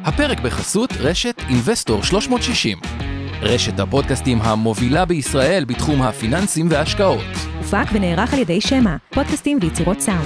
הפרק בחסות רשת Investor 360. רשת הפודקאסטים המובילה בישראל בתחום הפיננסים וההשקעות. הופק ונערך על ידי שמה, פודקאסטים ויצירות סאונד.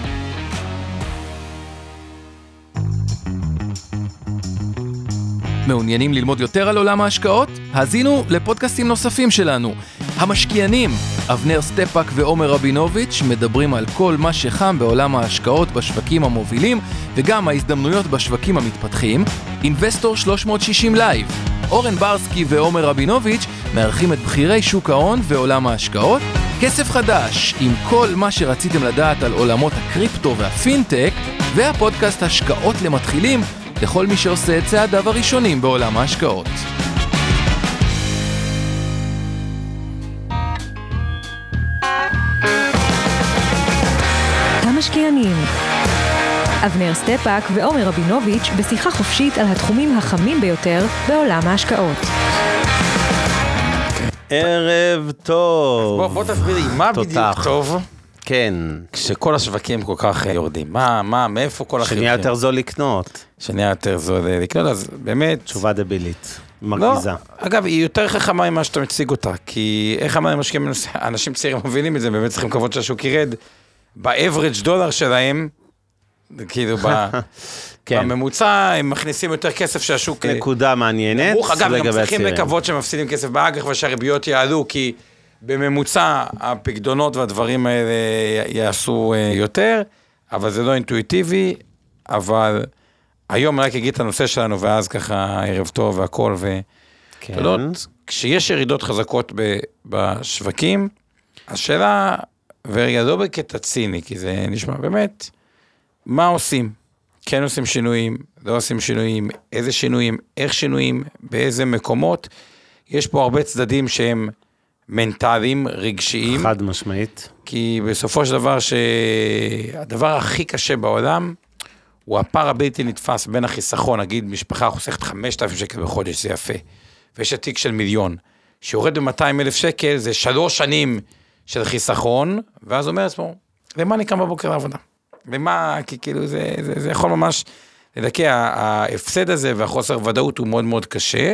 מעוניינים ללמוד יותר על עולם ההשקעות? האזינו לפודקאסטים נוספים שלנו. המשקיענים, אבנר סטפאק ועומר רבינוביץ' מדברים על כל מה שחם בעולם ההשקעות בשווקים המובילים וגם ההזדמנויות בשווקים המתפתחים. Investor 360 Live. אורן ברסקי ועומר רבינוביץ' מארחים את בחירי שוק ההון ועולם ההשקעות. כסף חדש עם כל מה שרציתם לדעת על עולמות הקריפטו והפינטק, והפודקאסט השקעות למתחילים לכל מי שעושה את צעדיו הראשונים בעולם ההשקעות. המשקיענים, אבנר סטפאק ועומר רבינוביץ' בשיחה חופשית על התחומים החמים ביותר בעולם ההשקעות. ערב טוב. בוא תסביר לי, מה בדיוק טוב? כן. כשכל השווקים כל כך יורדים, מאיפה כל החיובים? שנהיה יותר זול לקנות. שנהיה יותר זול לקנות, אז באמת... תשובה דבילית, מרגיזה. לא, אגב, היא יותר חכמה ממה שאתה מציג אותה, כי איך המשקיעים, אנשים צעירים מבינים את זה, באמת צריכים לקוות שהשוק ירד, ב-average דולר שלהם, כאילו בממוצע, הם מכניסים יותר כסף שהשוק... נקודה מעניינת. אגב, גם צריכים לקוות שהם מפסידים כסף באג"ח ושהריביות יעלו, כי בממוצע הפקדונות והדברים האלה יעשו יותר, אבל זה לא אינטואיטיבי, אבל היום רק אגיד את הנושא שלנו, ואז ככה ערב טוב והכל, ותודות, כשיש ירידות חזקות בשווקים, השאלה, ורגע לא בקטע ציני, כי זה נשמע באמת, מה עושים? כן עושים שינויים, לא עושים שינויים, איזה שינויים, איך שינויים, באיזה מקומות, יש פה הרבה צדדים שהם מנטליים, רגשיים. חד משמעית. כי בסופו של דבר שהדבר הכי קשה בעולם, הוא הפער הבלתי נתפס בין החיסכון, נגיד משפחה חוסכת 5,000 שקל בחודש, זה יפה, ויש עתיק של 1,000,000, שיורד ב-200,000 שקל, זה 3 שנים של חיסכון, ואז אומר עצמו, למה אני קם בבוקר לעבודה? למה, כי כאילו זה יכול ממש לדכא, ההפסד הזה והחוסר ודאות הוא מאוד מאוד קשה,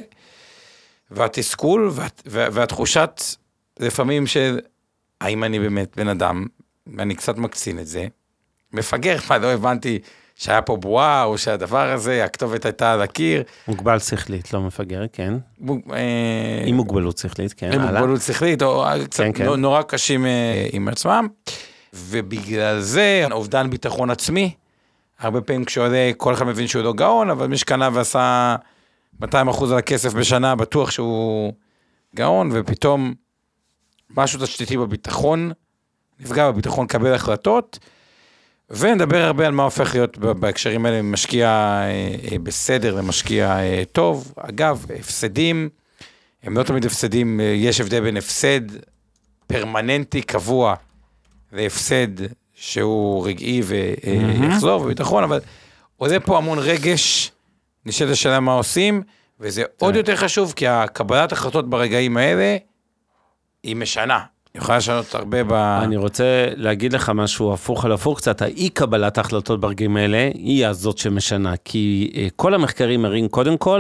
והתסכול והתחושת לפעמים של, האם אני באמת בן אדם, ואני קצת מקצין את זה, מפגר, לא הבנתי שהיה פה בועה, או שהדבר הזה, הכתובת הייתה על הקיר. מוגבל שכלית, לא מפגר, כן. עם מוגבלות שכלית, כן. עם מוגבלות שכלית, או קצת נורא קשים עם עצמם, ובגלל זה, אובדן ביטחון עצמי, הרבה פעמים כשעולה, כל אחד מבין שהוא לא גאון, אבל מי שקנה ועשה 200% על הכסף בשנה, בטוח שהוא גאון, ופתאום משהו תשתיתי בביטחון, נפגע בביטחון, קבל החלטות, ונדבר הרבה על מה הופך להיות בהקשרים האלה, משקיע בסדר למשקיע טוב. אגב, הפסדים, הם לא תמיד הפסדים, יש הבדל בין הפסד פרמננטי, קבוע, להפסד שהוא רגעי ויחזור בביטחון, אבל עולה פה המון רגש, נשאלת השאלה מה עושים, וזה עוד יותר חשוב, כי הקבלת החלטות ברגעים האלה, היא משנה. היא יכולה לשנות הרבה אני רוצה להגיד לך משהו הפוך על הפוך קצת, האי קבלת ההחלטות ברגעים האלה, היא הזאת שמשנה, כי כל המחקרים מראים קודם כל,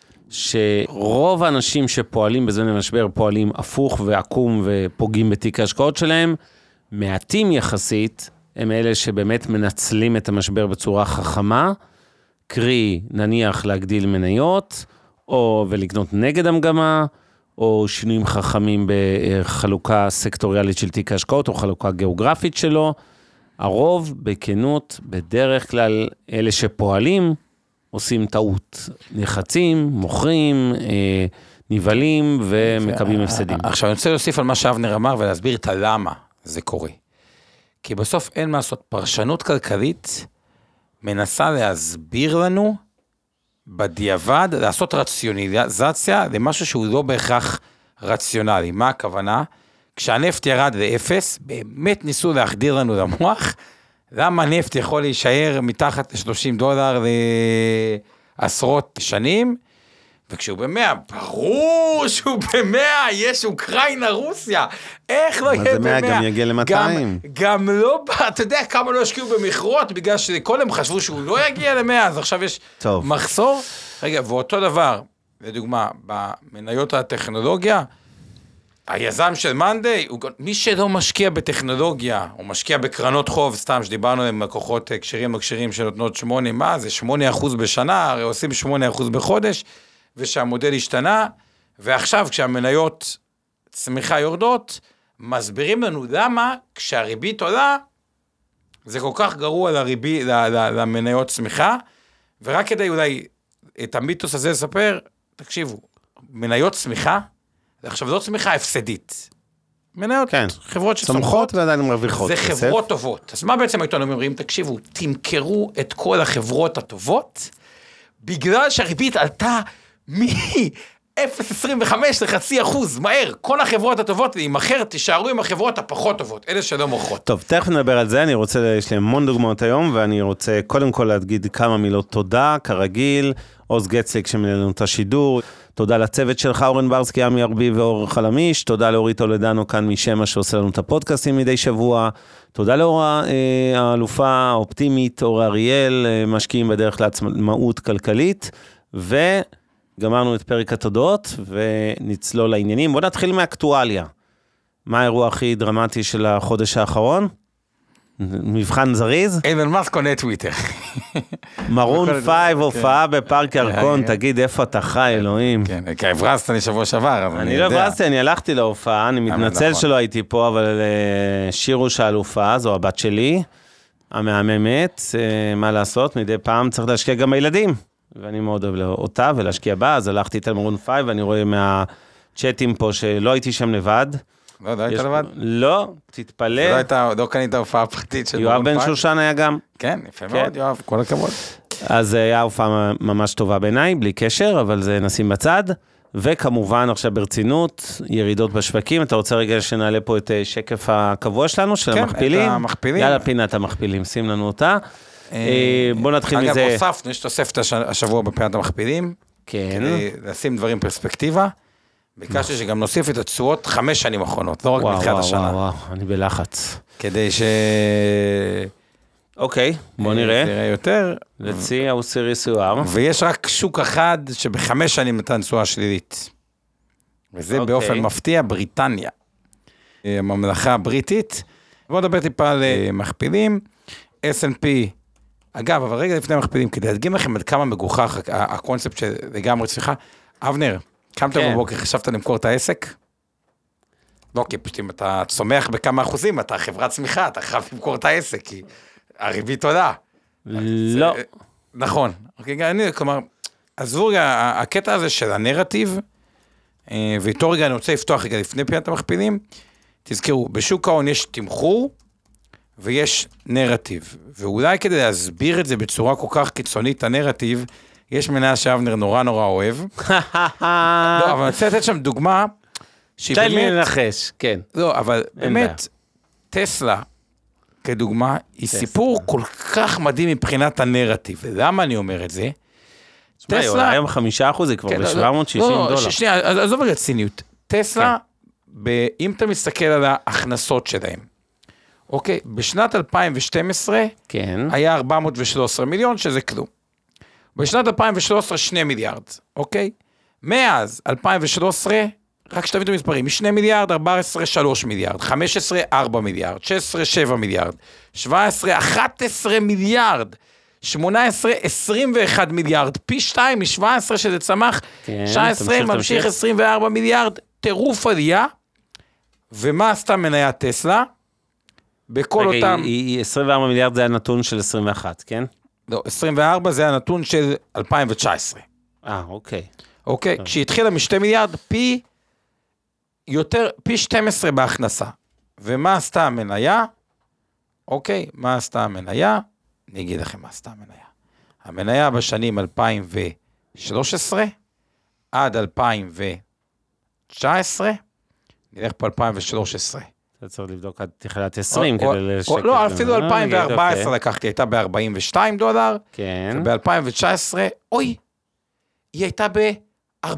שרוב האנשים שפועלים בזמן המשבר, פועלים הפוך ועקום ופוגעים בתיק ההשקעות שלהם, מעטים יחסית, הם אלה שבאמת מנצלים את המשבר בצורה חכמה, קרי, נניח להגדיל מניות, או ולקנות נגד המגמה, או שינויים חכמים בחלוקה סקטוריאלית של תיק ההשקעות, או חלוקה גיאוגרפית שלו. הרוב, בכנות, בדרך כלל, אלה שפועלים, עושים טעות. נחצים, מוכרים, נבלים, ומקבלים הפסדים. עכשיו, אני רוצה להוסיף על מה שאבנר אמר, ולהסביר את הלמה זה קורה. כי בסוף אין מה לעשות, פרשנות כלכלית, מנסה להסביר לנו, בדיעבד, לעשות רציונליזציה למשהו שהוא לא בהכרח רציונלי. מה הכוונה? כשהנפט ירד לאפס, באמת ניסו להחדיר לנו למוח, למה הנפט יכול להישאר מתחת $30 לעשרות שנים, וכשהוא ב-100, ברור שהוא ב-100, יש אוקראינה, רוסיה, איך לא יהיה ב-100? גם יגיע ל-200. גם לא, אתה יודע כמה לא השקיעו במכרות, בגלל שקודם חשבו שהוא לא יגיע ל-100, אז עכשיו יש מחסור. רגע, ואותו דבר, לדוגמה, במניות הטכנולוגיה, היזם של מנדי, מי שלא משקיע בטכנולוגיה, הוא משקיע בקרנות חוב, סתם שדיברנו עם לקוחות קשרים שנותנות 8, מה זה 8% בשנה, הרי עושים 8% בחודש, ושהמודל השתנה, ועכשיו כשהמניות צמיחה יורדות, מסבירים לנו למה כשהריבית עולה, זה כל כך גרוע למניות צמיחה, ורק כדי אולי את המיתוס הזה לספר, תקשיבו, מניות צמיחה, עכשיו זו צמיחה הפסדית. מניות, כן. חברות שצומחות, ועדיין מרוויחות. זה חברות טובות. אז מה בעצם הייתנו אומרים? תקשיבו, תמכרו את כל החברות הטובות, בגלל שהריבית עלתה מ-0.25 ל0.5%, מהר, כל החברות הטובות, אם אחר תישארו עם החברות הפחות טובות, אלה שלא מוכרות. טוב, תכף נדבר על זה, יש לי המון דוגמאות היום, ואני רוצה קודם כל להגיד כמה מילות תודה, כרגיל, עוז גצליק שמנהל לנו את השידור, תודה לצוות שלך, אורן ברסקי, עמי ארבי ואור חלמיש, תודה לאורית אולדנו כאן משמה שעושה לנו את הפודקאסטים מדי שבוע, תודה לאורה האלופה האופטימית, אורה אריאל, משקיעים בדרך לעצמאות כלכלית, וגמרנו את פרק התודות, ונצלול לעניינים. בואו נתחיל מאקטואליה. מה האירוע הכי דרמטי של החודש האחרון? מבחן זריז? אילון מאסק קונה טוויטר. מרון 5 הופעה בפארק ירקון, תגיד איפה אתה חי, אלוהים. כן, כי הברזת לי שבוע שעבר. אני לא הברזתי, אני הלכתי להופעה, אני מתנצל שלא הייתי פה, אבל שירוש האלופה, זו הבת שלי, המהממת, מה לעשות, מדי פעם צריך להשקיע גם בילדים, ואני מאוד אוהב אותה ולהשקיע בה, אז הלכתי את מרון 5, ואני רואה מהצ'אטים פה שלא הייתי שם לבד, לא היית לבד? לא, תתפלא. לא קנית ההופעה הפרטית של יואב בן שושן היה גם. כן, יפה מאוד, יואב, כל הכבוד. אז היה הופעה ממש טובה בעיניי, בלי קשר, אבל זה נשים בצד. וכמובן, עכשיו ברצינות, ירידות בשווקים. אתה רוצה רגע שנעלה פה את שקף הקבוע שלנו, של המכפילים? כן, את המכפילים. יאללה, פינת המכפילים, שים לנו אותה. בוא נתחיל מזה. אגב, הוספנו, יש תוספת השבוע בפינת המכפילים. כן. לשים דברים פרספקטיבה. ביקשתי שגם נוסיף את התשואות 5 שנים האחרונות, לא רק מתחילת השנה. וואו, אני בלחץ. כדי ש... אוקיי, בוא נראה. נראה יותר. לצי או סיריסואר. ויש רק שוק אחד שב5 שנים נתן תשואה שלילית. וזה באופן מפתיע, בריטניה. הממלכה הבריטית. בואו נדבר טיפה על מכפילים. S&P, אגב, אבל רגע לפני מכפילים, כדי להדגים לכם עד כמה מגוחך הקונספט שלגמרי צריכה. אבנר, קמת בבוקר, חשבת למכור את העסק? לא, כי פשוט אם אתה צומח בכמה אחוזים, אתה חברת צמיחה, אתה חייב למכור את העסק, כי הריבית עולה. לא. נכון. כלומר, עזבו רגע, הקטע הזה של הנרטיב, ואיתו רגע אני רוצה לפתוח רגע לפני פינת המכפילים, תזכרו, בשוק ההון יש תמחור, ויש נרטיב, ואולי כדי להסביר את זה בצורה כל כך קיצונית, הנרטיב, יש מניה שאבנר נורא אוהב. לא, אבל אני רוצה לתת שם דוגמה, שהיא באמת... תן לי לנחש, כן. לא, אבל באמת, טסלה, כדוגמה, היא סיפור כל כך מדהים מבחינת הנרטיב. ולמה אני אומר את זה? טסלה... היום 5%, זה כבר ב$760. לא, שנייה, אז עובר רציניות. טסלה, אם אתה מסתכל על ההכנסות שלהם, אוקיי, בשנת 2012, היה 413 מיליון, שזה כלום. בשנת 2013, 2 מיליארד, אוקיי? מאז 2013, רק שתביאו מספרים, מ2 מיליארד, 14, 3 מיליארד, 15, 4 מיליארד, 16, 7 מיליארד, 17, 11 מיליארד, 18, 21 מיליארד, פי 2 מ-17 שזה צמח, 19, ממשיך 24 מיליארד, טירוף עלייה, ומה עשתה מניית טסלה? בכל אותם... 24 מיליארד זה הנתון של 21, כן? לא, 24 זה הנתון של 2019. אוקיי. אוקיי, כשהתחילה מ2 מיליארד, פי 12 בהכנסה. ומה עשתה המניה? אוקיי, מה עשתה המניה? אני אגיד לכם מה עשתה המניה. המניה בשנים 2013 עד 2019, נלך פה 2013. אתה צריך לבדוק עד תחילת 20 כדי לשקף. לא, אפילו 2014 לקחתי, הייתה $42, כן. וב-2019, אוי, היא הייתה $40.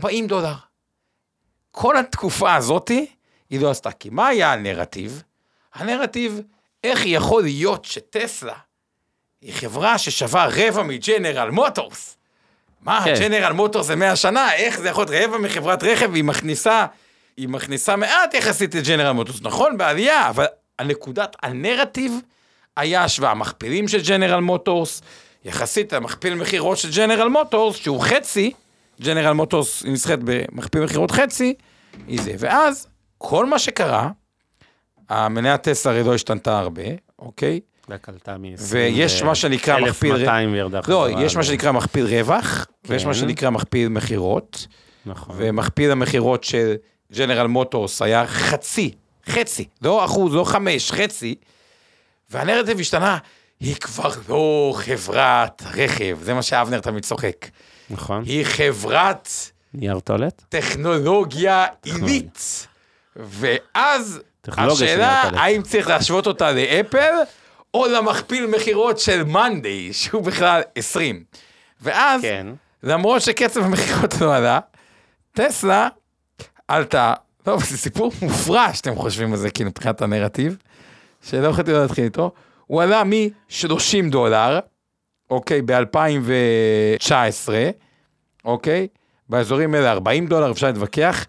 כל התקופה הזאת היא לא עשתה, כי מה היה הנרטיב? הנרטיב, איך יכול להיות שטסלה היא חברה ששווה רבע מג'נרל מוטורס? מה, ג'נרל מוטורס זה 100 שנה, איך זה יכול להיות רבע מחברת רכב, היא מכניסה מעט יחסית לג'נרל מוטורס, נכון, בעלייה, אבל הנרטיב היה השוואה, המכפילים של ג'נרל מוטורס, יחסית המכפיל מחירות של ג'נרל מוטורס, שהוא חצי, ג'נרל מוטורס נסחט במכפיל מחירות חצי, היא זה, ואז כל מה שקרה, המניה טסלה הרי לא השתנתה הרבה, אוקיי? ויש מה שנקרא מכפיל... 1,200 וירדה. לא, יש מה שנקרא מכפיל רווח, ויש מה שנקרא מכפיל מחירות, ומכפיל המחירות של ג'נרל מוטורס היה חצי, לא 1%, לא 5%, חצי, והנרטיב השתנה, היא כבר לא חברת רכב, זה מה שאבנר תמיד צוחק. נכון. היא חברת... נייר טולט? טכנולוגיה עילית. ואז השאלה, האם צריך להשוות אותה לאפל, או למכפיל מחירות של מנדי, שהוא בכלל 20. ואז, למרות שקצב המחירות לא עלה, טסלה עלתה, לא, זה סיפור מופרע שאתם חושבים על זה, כאילו, מבחינת הנרטיב, שלא יכולתי להתחיל איתו, הוא עלה $30, אוקיי, ב-2019, אוקיי, באזורים האלה $40, אפשר להתווכח,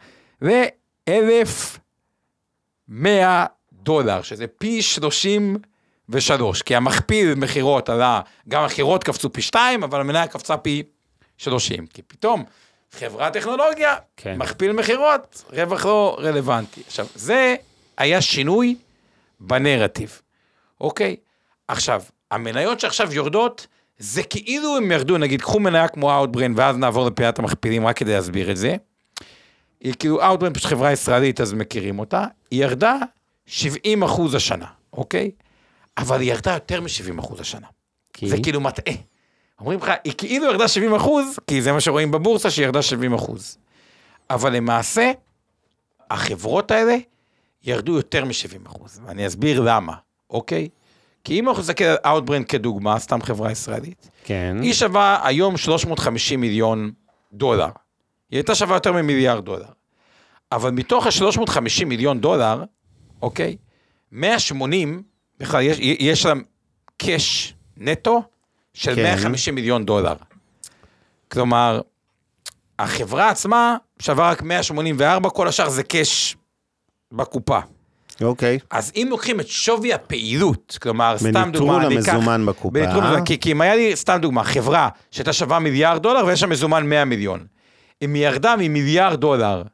$1,100, שזה פי 33, כי המכפיל מחירות עלה, גם מחירות קפצו פי 2, אבל המניה קפצה פי 30, כי פתאום חברה טכנולוגיה, מכפיל מחירות, רווח לא רלוונטי. עכשיו, זה היה שינוי בנרטיב, אוקיי? עכשיו, המניות שעכשיו יורדות, זה כאילו הם ירדו, נגיד, קחו מניה כמו Outbrain, ואז נעבור לפיית המכפילים, רק כדי להסביר את זה. היא כאילו, Outbrain פשוט חברה ישראלית, אז מכירים אותה, היא ירדה 70% השנה, אוקיי? אבל היא ירדה יותר מ-70% השנה. זה כאילו מטעה. אומרים לך, היא כאילו ירדה 70%, כי זה מה שרואים בבורסה, שהיא ירדה 70%. אבל למעשה, החברות האלה ירדו יותר מ-70%, ואני אסביר למה, אוקיי? כי אם אנחנו נסתכל על Outbrain כדוגמה, סתם חברה ישראלית, היא שווה היום $350 מיליון. היא הייתה שווה יותר מ$1 מיליארד. אבל מתוך $350 מיליון, אוקיי, 180, בכלל יש להם קש נטו של $150 מיליון. כלומר, החברה עצמה שווה רק 184, כל השאר זה קש בקופה. אוקיי. אז אם לוקחים את שווי הפעילות, כלומר, סתם דוגמה, מנטרול המזומן בקופה. כי אם היה לי, סתם דוגמה, חברה שהייתה שווה $1 מיליארד, ויש שם מזומן 100 מיליון. אם היא ירדה מ$1 מיליארד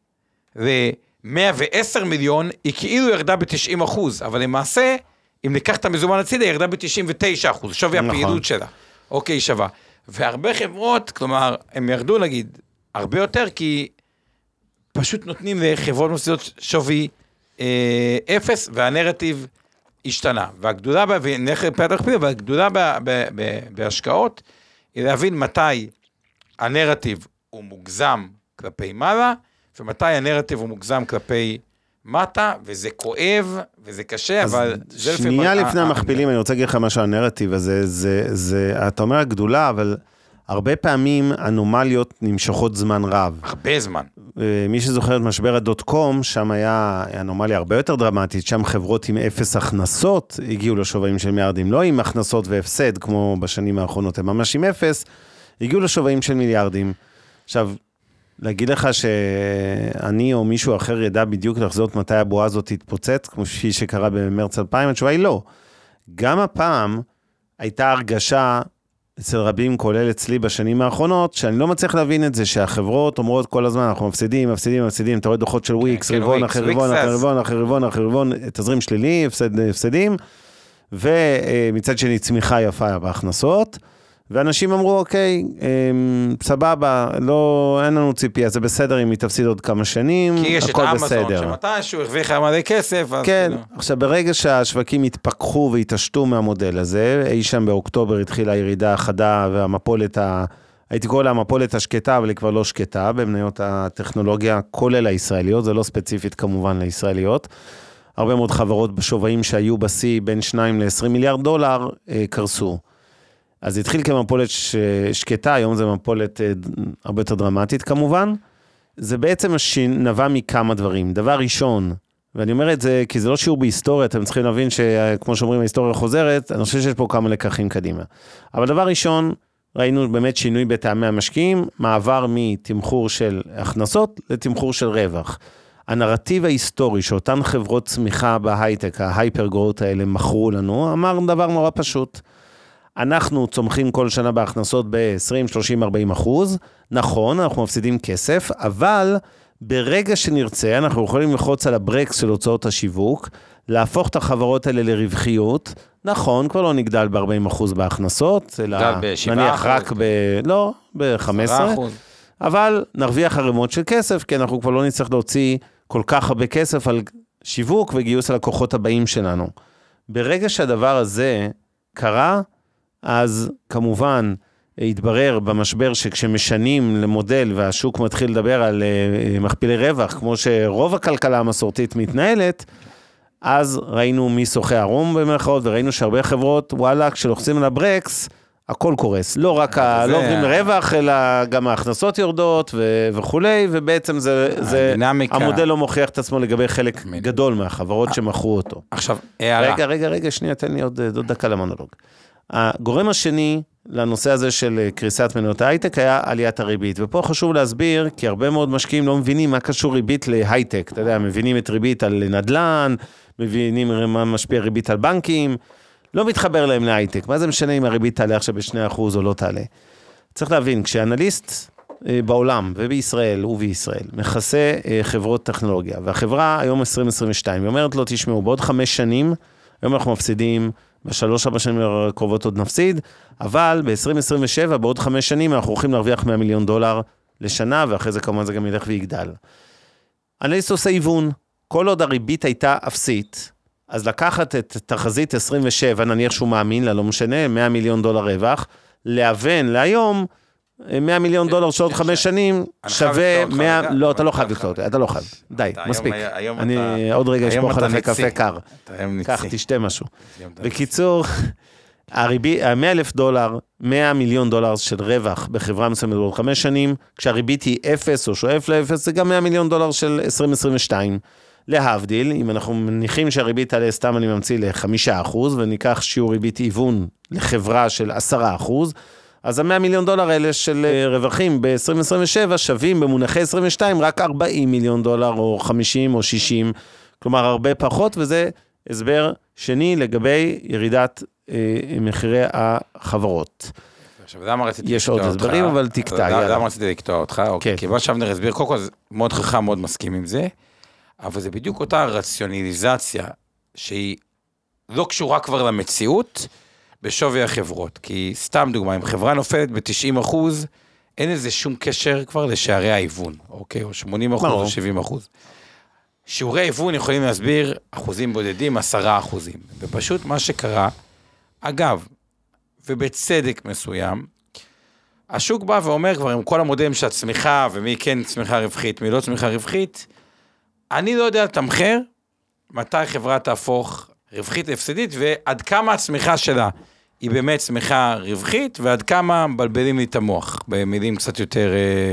ל-110 מיליון, היא כאילו ירדה ב-90%, אבל למעשה, אם ניקח את המזומן הצידה, היא ירדה ב-99%, שווי הפעילות שלה. אוקיי, שווה. והרבה חברות, כלומר, הם ירדו, נגיד, הרבה יותר, כי פשוט נותנים לחברות מוסדות שווי 0, והנרטיב השתנה. והגדולה, והגדולה בהשקעות, היא להבין מתי הנרטיב הוא מוגזם כלפי מעלה, ומתי הנרטיב הוא מוגזם כלפי מטה, וזה כואב, וזה קשה, אבל... שנייה לפני המכפילים, אני רוצה להגיד לך משהו, הנרטיב הזה, אתה אומר הגדולה, אבל הרבה פעמים אנומליות נמשכות זמן רב. הרבה זמן. מי שזוכר את משבר הדוט-קום, שם היה אנומליה הרבה יותר דרמטית, שם חברות עם 0 הכנסות הגיעו לשווים של מיליארדים, לא עם הכנסות והפסד, כמו בשנים האחרונות, הם ממש עם 0, הגיעו לשווים של מיליארדים. עכשיו, להגיד לך שאני או מישהו אחר ידע בדיוק לחזות מתי הבועה הזאת תתפוצץ, כמו שקרה במרץ 2000, התשובה היא לא. גם הפעם הייתה הרגשה אצל רבים, כולל אצלי בשנים האחרונות, שאני לא מצליח להבין את זה, שהחברות אומרות כל הזמן, אנחנו מפסידים, אתה רואה דוחות של וויקס, רבעון אחרי רבעון, אחרי רבעון, אחרי רבעון, אחרי רבעון, תזרים שלילי, הפסדים, ומצד שני צמיחה יפה בהכנסות, ואנשים אמרו, אוקיי, סבבה, לא, אין לנו ציפייה, זה בסדר אם היא תפסיד עוד כמה שנים, הכל בסדר. כי יש את אמזון, שמתישהו הרוויח מלא כסף. כן, עכשיו ברגע שהשווקים התפכחו והתעשתו מהמודל הזה, אי שם באוקטובר התחילה הירידה החדה, והמפולת, הייתי קורא לה המפולת השקטה, אבל היא כבר לא שקטה, במניות הטכנולוגיה, כולל הישראליות, זה לא ספציפית כמובן לישראליות, הרבה מאוד חברות בשווים שהיו בסי בין 2 ל-20 מיליארד דולר, קרסו. אז התחיל כמפולת שקטה, היום זה מפולת הרבה יותר דרמטית כמובן, זה בעצם נבע מכמה דברים. דבר ראשון, ואני אומר את זה כי זה לא שיעור בהיסטוריה, אתם צריכים להבין שכמו שאומרים, ההיסטוריה חוזרת, אני חושב שיש פה כמה לקחים קדימה. אבל דבר ראשון, ראינו באמת שינוי בטעמי המשקיעים, מעבר מתמחור של הכנסות לתמחור של רווח. הנרטיב ההיסטורי שאותן חברות צמיחה בהייטק, ההייפר-גרוט האלה מכרו לנו, אמר דבר נורא פשוט. אנחנו צומחים כל שנה בהכנסות ב-20, 30, 40%, נכון, אנחנו מפסידים כסף, אבל ברגע שנרצה, אנחנו יכולים ללחוץ על הברקס של הוצאות השיווק, להפוך את החברות האלה לרווחיות, נכון, כבר לא נגדל ב-40% בהכנסות, אלא נניח רק ב-15%, אבל נרוויח הרמות של כסף, כי אנחנו כבר לא נצטרך להוציא כל כך הרבה כסף על שיווק וגיוס הלקוחות הבאים שלנו. ברגע שהדבר הזה קרה, אז כמובן התברר במשבר שכשמשנים למודל והשוק מתחיל לדבר על מכפילי רווח, כמו שרוב הכלכלה המסורתית מתנהלת, אז ראינו מי שוחה ערום במרכאות, וראינו שהרבה חברות, וואלה, כשלוחצים על הברקס, הכל קורס. לא רק לא עוברים לרווח, אלא גם ההכנסות יורדות וכולי, ובעצם זה המודל לא מוכיח את עצמו לגבי חלק גדול מהחברות שמכרו אותו. עכשיו, הערה. רגע, שנייה, תן לי עוד דקה למונולוג. הגורם השני לנושא הזה של קריסת מניות ההייטק היה עליית הריבית, ופה חשוב להסביר, כי הרבה מאוד משקיעים לא מבינים מה קשור ריבית להייטק, אתה יודע, מבינים את ריבית על נדל"ן, מבינים מה משפיע ריבית על בנקים, לא מתחבר להם להייטק, מה זה משנה אם הריבית תעלה עכשיו ב2% או לא תעלה? צריך להבין, כשאנליסט בעולם ובישראל מכסה חברות טכנולוגיה, והחברה היום 2022, היא אומרת לו, תשמעו, בעוד 5 שנים, היום אנחנו מפסידים, ב3-4 שנים הקרובות עוד נפסיד, אבל ב-2027, בעוד 5 שנים, אנחנו הולכים להרוויח $100 מיליון לשנה, ואחרי זה כמובן זה גם ילך ויגדל. אנליסט עושה היוון, כל עוד הריבית הייתה אפסית, אז לקחת את תחזית 27, נניח שהוא מאמין לה, לא משנה, $100 מיליון רווח, להבן להיום, $100 מיליון שעוד 5 שנים, שווה 100, לא, אתה לא חייב לקטוע אותי, אתה לא חייב, די, מספיק. אני עוד רגע אשפוך עליך קפה קר, קח, תשתה משהו. בקיצור, $100,000, $100 מיליון של רווח בחברה מסוימת בעוד 5 שנים, כשהריבית היא 0 או שואף ל-0, זה גם $100 מיליון של 2022. להבדיל, אם אנחנו מניחים שהריבית עליה סתם אני ממציא ל5%, וניקח שיעור ריבית היוון לחברה של 10%, אז $100 מיליון האלה של רווחים ב-2027 שווים במונחי 22 רק $40 מיליון או 50 או 60, כלומר הרבה פחות, וזה הסבר שני לגבי ירידת מחירי החברות. יש עוד הסברים, אבל תקטע. למה רציתי לקטוע אותך? כי מה שאבנר הסביר, קודם כל מאוד חכם, מאוד מסכים עם זה, אבל זה בדיוק אותה רציונליזציה שהיא לא קשורה כבר למציאות בשווי החברות. כי סתם דוגמה, אם חברה נופלת ב-90%, אין איזה שום קשר כבר לשערי ההיוון, אוקיי? או 80% או 70%. שיעורי ההיוון יכולים להסביר אחוזים בודדים, 10%. ופשוט מה שקרה, אגב, ובצדק מסוים, השוק בא ואומר כבר עם כל המודלים של הצמיחה, ומי כן צמיחה רווחית, מי לא צמיחה רווחית, אני לא יודע לתמחר מתי חברה תהפוך רווחית להפסדית, ועד כמה הצמיחה שלה היא באמת צמיחה רווחית, ועד כמה מבלבלים לי את המוח, במילים קצת יותר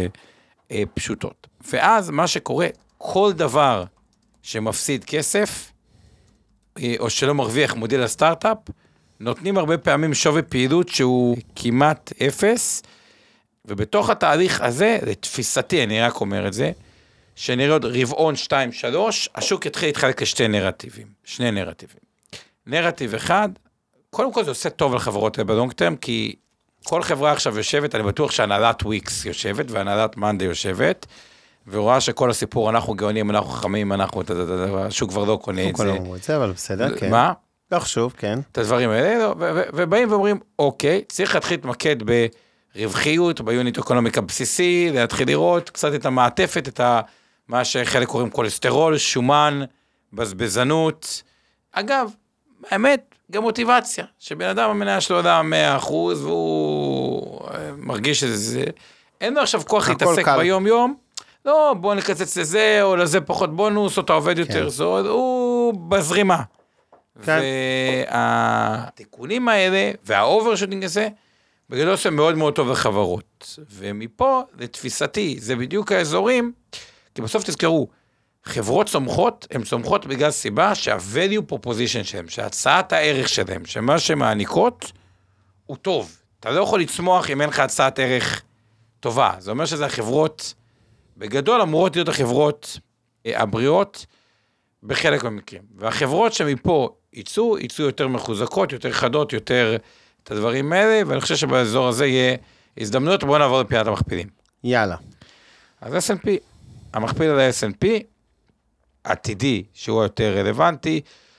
פשוטות. ואז מה שקורה, כל דבר שמפסיד כסף, או שלא מרוויח מודל הסטארט-אפ, נותנים הרבה פעמים שווי פעילות שהוא כמעט 0, ובתוך התהליך הזה, לתפיסתי, אני רק אומר את זה, שנראה עוד רבעון 2-3, השוק יתחיל להתחלק לשני נרטיבים. נרטיב אחד, קודם כל זה עושה טוב לחברות בלונג טרם, כי כל חברה עכשיו יושבת, אני בטוח שהנהלת וויקס יושבת, והנהלת מנדי יושבת, ורואה שכל הסיפור, אנחנו גאונים, אנחנו חכמים, השוק כבר לא קונה את זה. לא אמרו את זה, אבל בסדר, כן. מה? לא חשוב, כן. את הדברים האלה, ובאים ואומרים, אוקיי, צריך להתחיל להתמקד ברווחיות, ביוניט אקונומיקה בסיסי, להתחיל לראות קצת את המעטפת, את מה שחלק קוראים קולסטרול, שומן, בזבזנות. אגב, האמת, גם מוטיבציה, שבן אדם המניה שלו עולה 100%, והוא מרגיש שזה, אין לו עכשיו כוח להתעסק ביום-יום, לא, בוא נקצץ לזה, או לזה פחות בונוס, או אתה עובד יותר זוד, הוא בזרימה. והתיקונים האלה, והאוברשוטינג הזה, בגדול זה מאוד מאוד טוב לחברות, ומפה, לתפיסתי, זה בדיוק האזורים, כי בסוף תזכרו, חברות צומחות, הן צומחות בגלל סיבה שה-value proposition שלהם, שהצעת הערך שלהם, שמה שמעניקות, הוא טוב. אתה לא יכול לצמוח אם אין לך הצעת ערך טובה. זה אומר שזה החברות, בגדול אמורות להיות החברות הבריאות, בחלק מהמקרים. והחברות שמפה ייצאו יותר מחוזקות, יותר חדות, יותר את הדברים האלה, ואני חושב שבאזור הזה יהיה הזדמנות, בואו נעבור לפינת המכפילים. יאללה. אז S&P, המכפיל על ה-S&P, עתידי, שהוא יותר רלוונטי,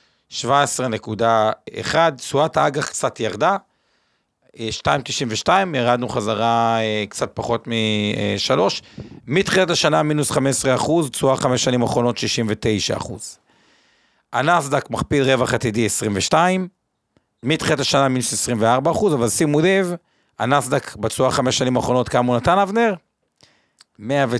17.1, תשואת האג"ח קצת ירדה, 2.92, ירדנו חזרה קצת פחות מ-3, מתחילת השנה מינוס 15%, תשואה 5 שנים האחרונות 69%. הנסדק מכפיל רווח עתידי 22, מתחילת השנה מינוס 24%, אבל שימו לב, הנסדק בתשואה 5 שנים האחרונות כמה הוא נתן אבנר? 119%.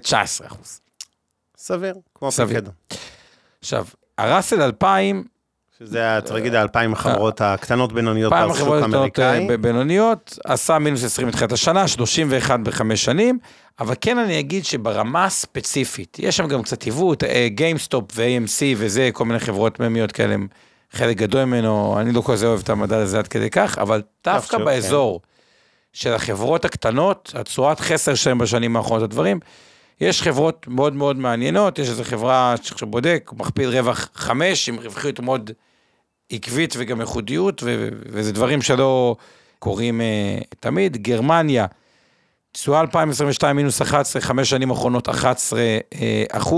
סביר, כמו פקד. עכשיו, הראסל 2000, שזה, תגיד, 2,000 החברות הקטנות בינוניות בשוק האמריקאי. בינוניות, עשה מינוס 20 מתחילת השנה, 31 ב5 שנים, אבל כן אני אגיד שברמה הספציפית, יש שם גם קצת עיוות, GameStop ו-AMC וזה, כל מיני חברות ממיות כאלה, חלק גדול ממנו, אני לא כל זה אוהב את המדד הזה עד כדי כך, אבל דווקא באזור של החברות הקטנות, הצורת חסר שלהם בשנים האחרונות הדברים, יש חברות מאוד מאוד מעניינות, יש איזו חברה שבודק, מכפיל רווח 5, עם רווחיות מאוד עקבית וגם ייחודיות, וזה דברים שלא קורים תמיד. גרמניה, תשואה 2022 מינוס 11, 5 שנים האחרונות 11%.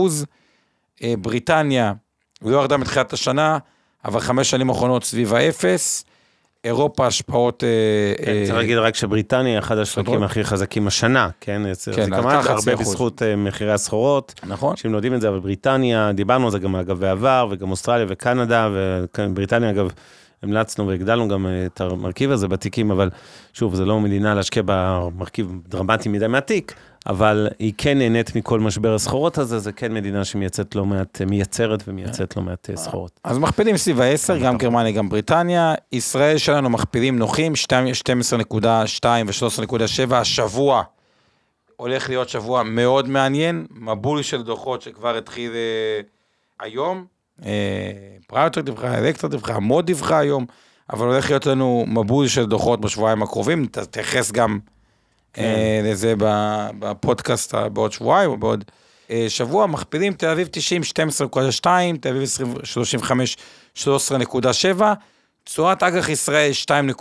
בריטניה, לא ירדה מתחילת השנה, אבל 5 שנים האחרונות סביב האפס. אירופה, השפעות... צריך להגיד רק שבריטניה היא אחד השווקים הכי חזקים השנה, כן? זה כמובן הרבה בזכות מחירי הסחורות. נכון. שאם לא יודעים את זה, אבל בריטניה, דיברנו על זה גם אגב בעבר, וגם אוסטרליה וקנדה, ובריטניה אגב, המלצנו והגדלנו גם את המרכיב הזה בתיקים, אבל שוב, זה לא מדינה להשקיע במרכיב דרמטי מדי מהתיק, אבל היא כן נהנית מכל משבר הסחורות הזה, זה כן מדינה שמייצרת לא מעט, מייצרת ומייצרת לא מעט סחורות. אז מכפילים סביב ה-10, גם גרמניה, גם בריטניה, ישראל שלנו מכפילים נוחים, 12.2 ו-13.7, השבוע הולך להיות שבוע מאוד מעניין, מבול של דוחות שכבר התחיל היום, פריוטר דיווחה, אלקטרה דיווחה, מוד דיווחה היום, אבל הולך להיות לנו מבול של דוחות בשבועיים הקרובים, תתייחס גם לזה בפודקאסט בעוד שבועיים או בעוד שבוע, מכפילים תל אביב 90, 12.2, תל אביב 35, 13.7, תשואת אג"ח ישראל 2.6,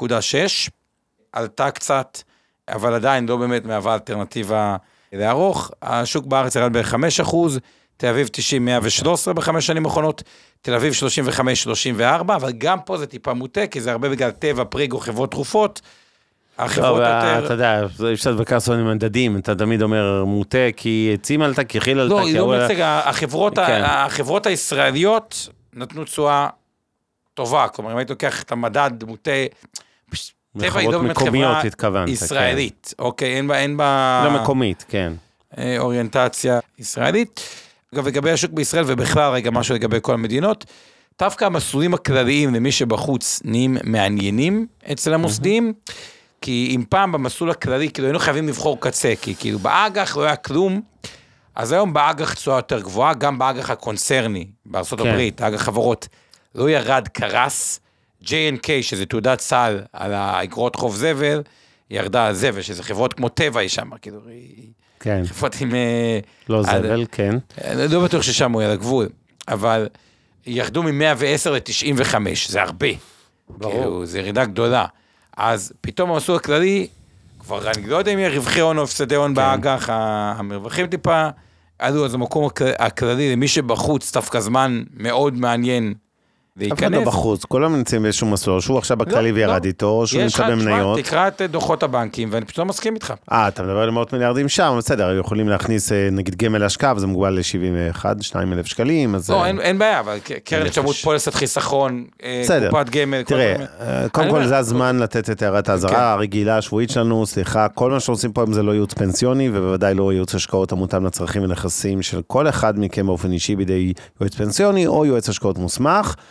עלתה קצת, אבל עדיין לא באמת מהווה אלטרנטיבה לארוך, השוק בארץ ירד ב-5%, תל אביב 90, 113 ב5 שנים האחרונות, תל אביב 35, 34, אבל גם פה זה טיפה מוטה, כי זה הרבה בגלל טבע, פריגו, חברות תרופות, החברות יותר... אתה יודע, אפשר לבקר סונים מדדים, אתה תמיד אומר מוטה, כי עצים עלתה, כי חיל עלתה, לא, היא לא מייצג, החברות הישראליות נתנו תשואה טובה, כלומר, אם היית לוקח את המדד מוטה, טבע היא לא באמת חברה ישראלית, אוקיי, אין בה... לא מקומית, כן. אוריינטציה ישראלית. אגב, לגבי השוק בישראל, ובכלל רגע משהו לגבי כל המדינות, דווקא המסלולים הכלליים למי שבחוץ נהיים מעניינים אצל המוסדים, כי אם פעם במסלול הכללי, כאילו היינו חייבים לבחור קצה, כי כאילו באג"ח לא היה כלום, אז היום באג"ח תשואה יותר גבוהה, גם באג"ח הקונצרני, בארצות הברית, האג"ח חברות, לא ירד קרס, J&K, שזה תעודת סל על האגרות חוב זבל, ירדה על זבל, שזה חברות כמו טבע היא שם, כאילו, כן. חברות עם... לא זבל, כן. לא בטוח ששם הוא על הגבול, אבל ירדו מ-110 ל-95, זה הרבה. ברור. זה ירידה גדולה. אז פתאום המסלול הכללי, כבר אני לא יודע אם יהיה רווחי הון או הפסדי הון באג"ח, המרווחים טיפה, אז המקום הכללי, למי שבחוץ, דווקא זמן מאוד מעניין להיכנס. אף אחד לא בחוץ, כולם נמצאים באיזשהו מסלול, שהוא עכשיו בכללי וירד איתו, או שהוא נמצא במניות. תקרא את דוחות הבנקים, ואני פשוט לא מסכים איתך. אתה מדבר על מאות מיליארדים שם, בסדר, יכולים להכניס נגיד גמל השקעה, וזה מוגבל ל-71,200 שקלים, אז... לא, אין בעיה, אבל קרן שמות פוליסת חיסכון, קופת גמל... תראה, קודם כל זה הזמן לתת את הערת האזהרה הרגילה, השבועית שלנו, סליחה, כל מה שעושים פה אם זה לא ייעוץ פנסיוני, ובוודאי לא ייעוץ השקעות המותאם לצרכים ונכסים של כל אחד מכם באופן אישי בידי יועץ פנסיוני או יועץ השקעות מוסמך.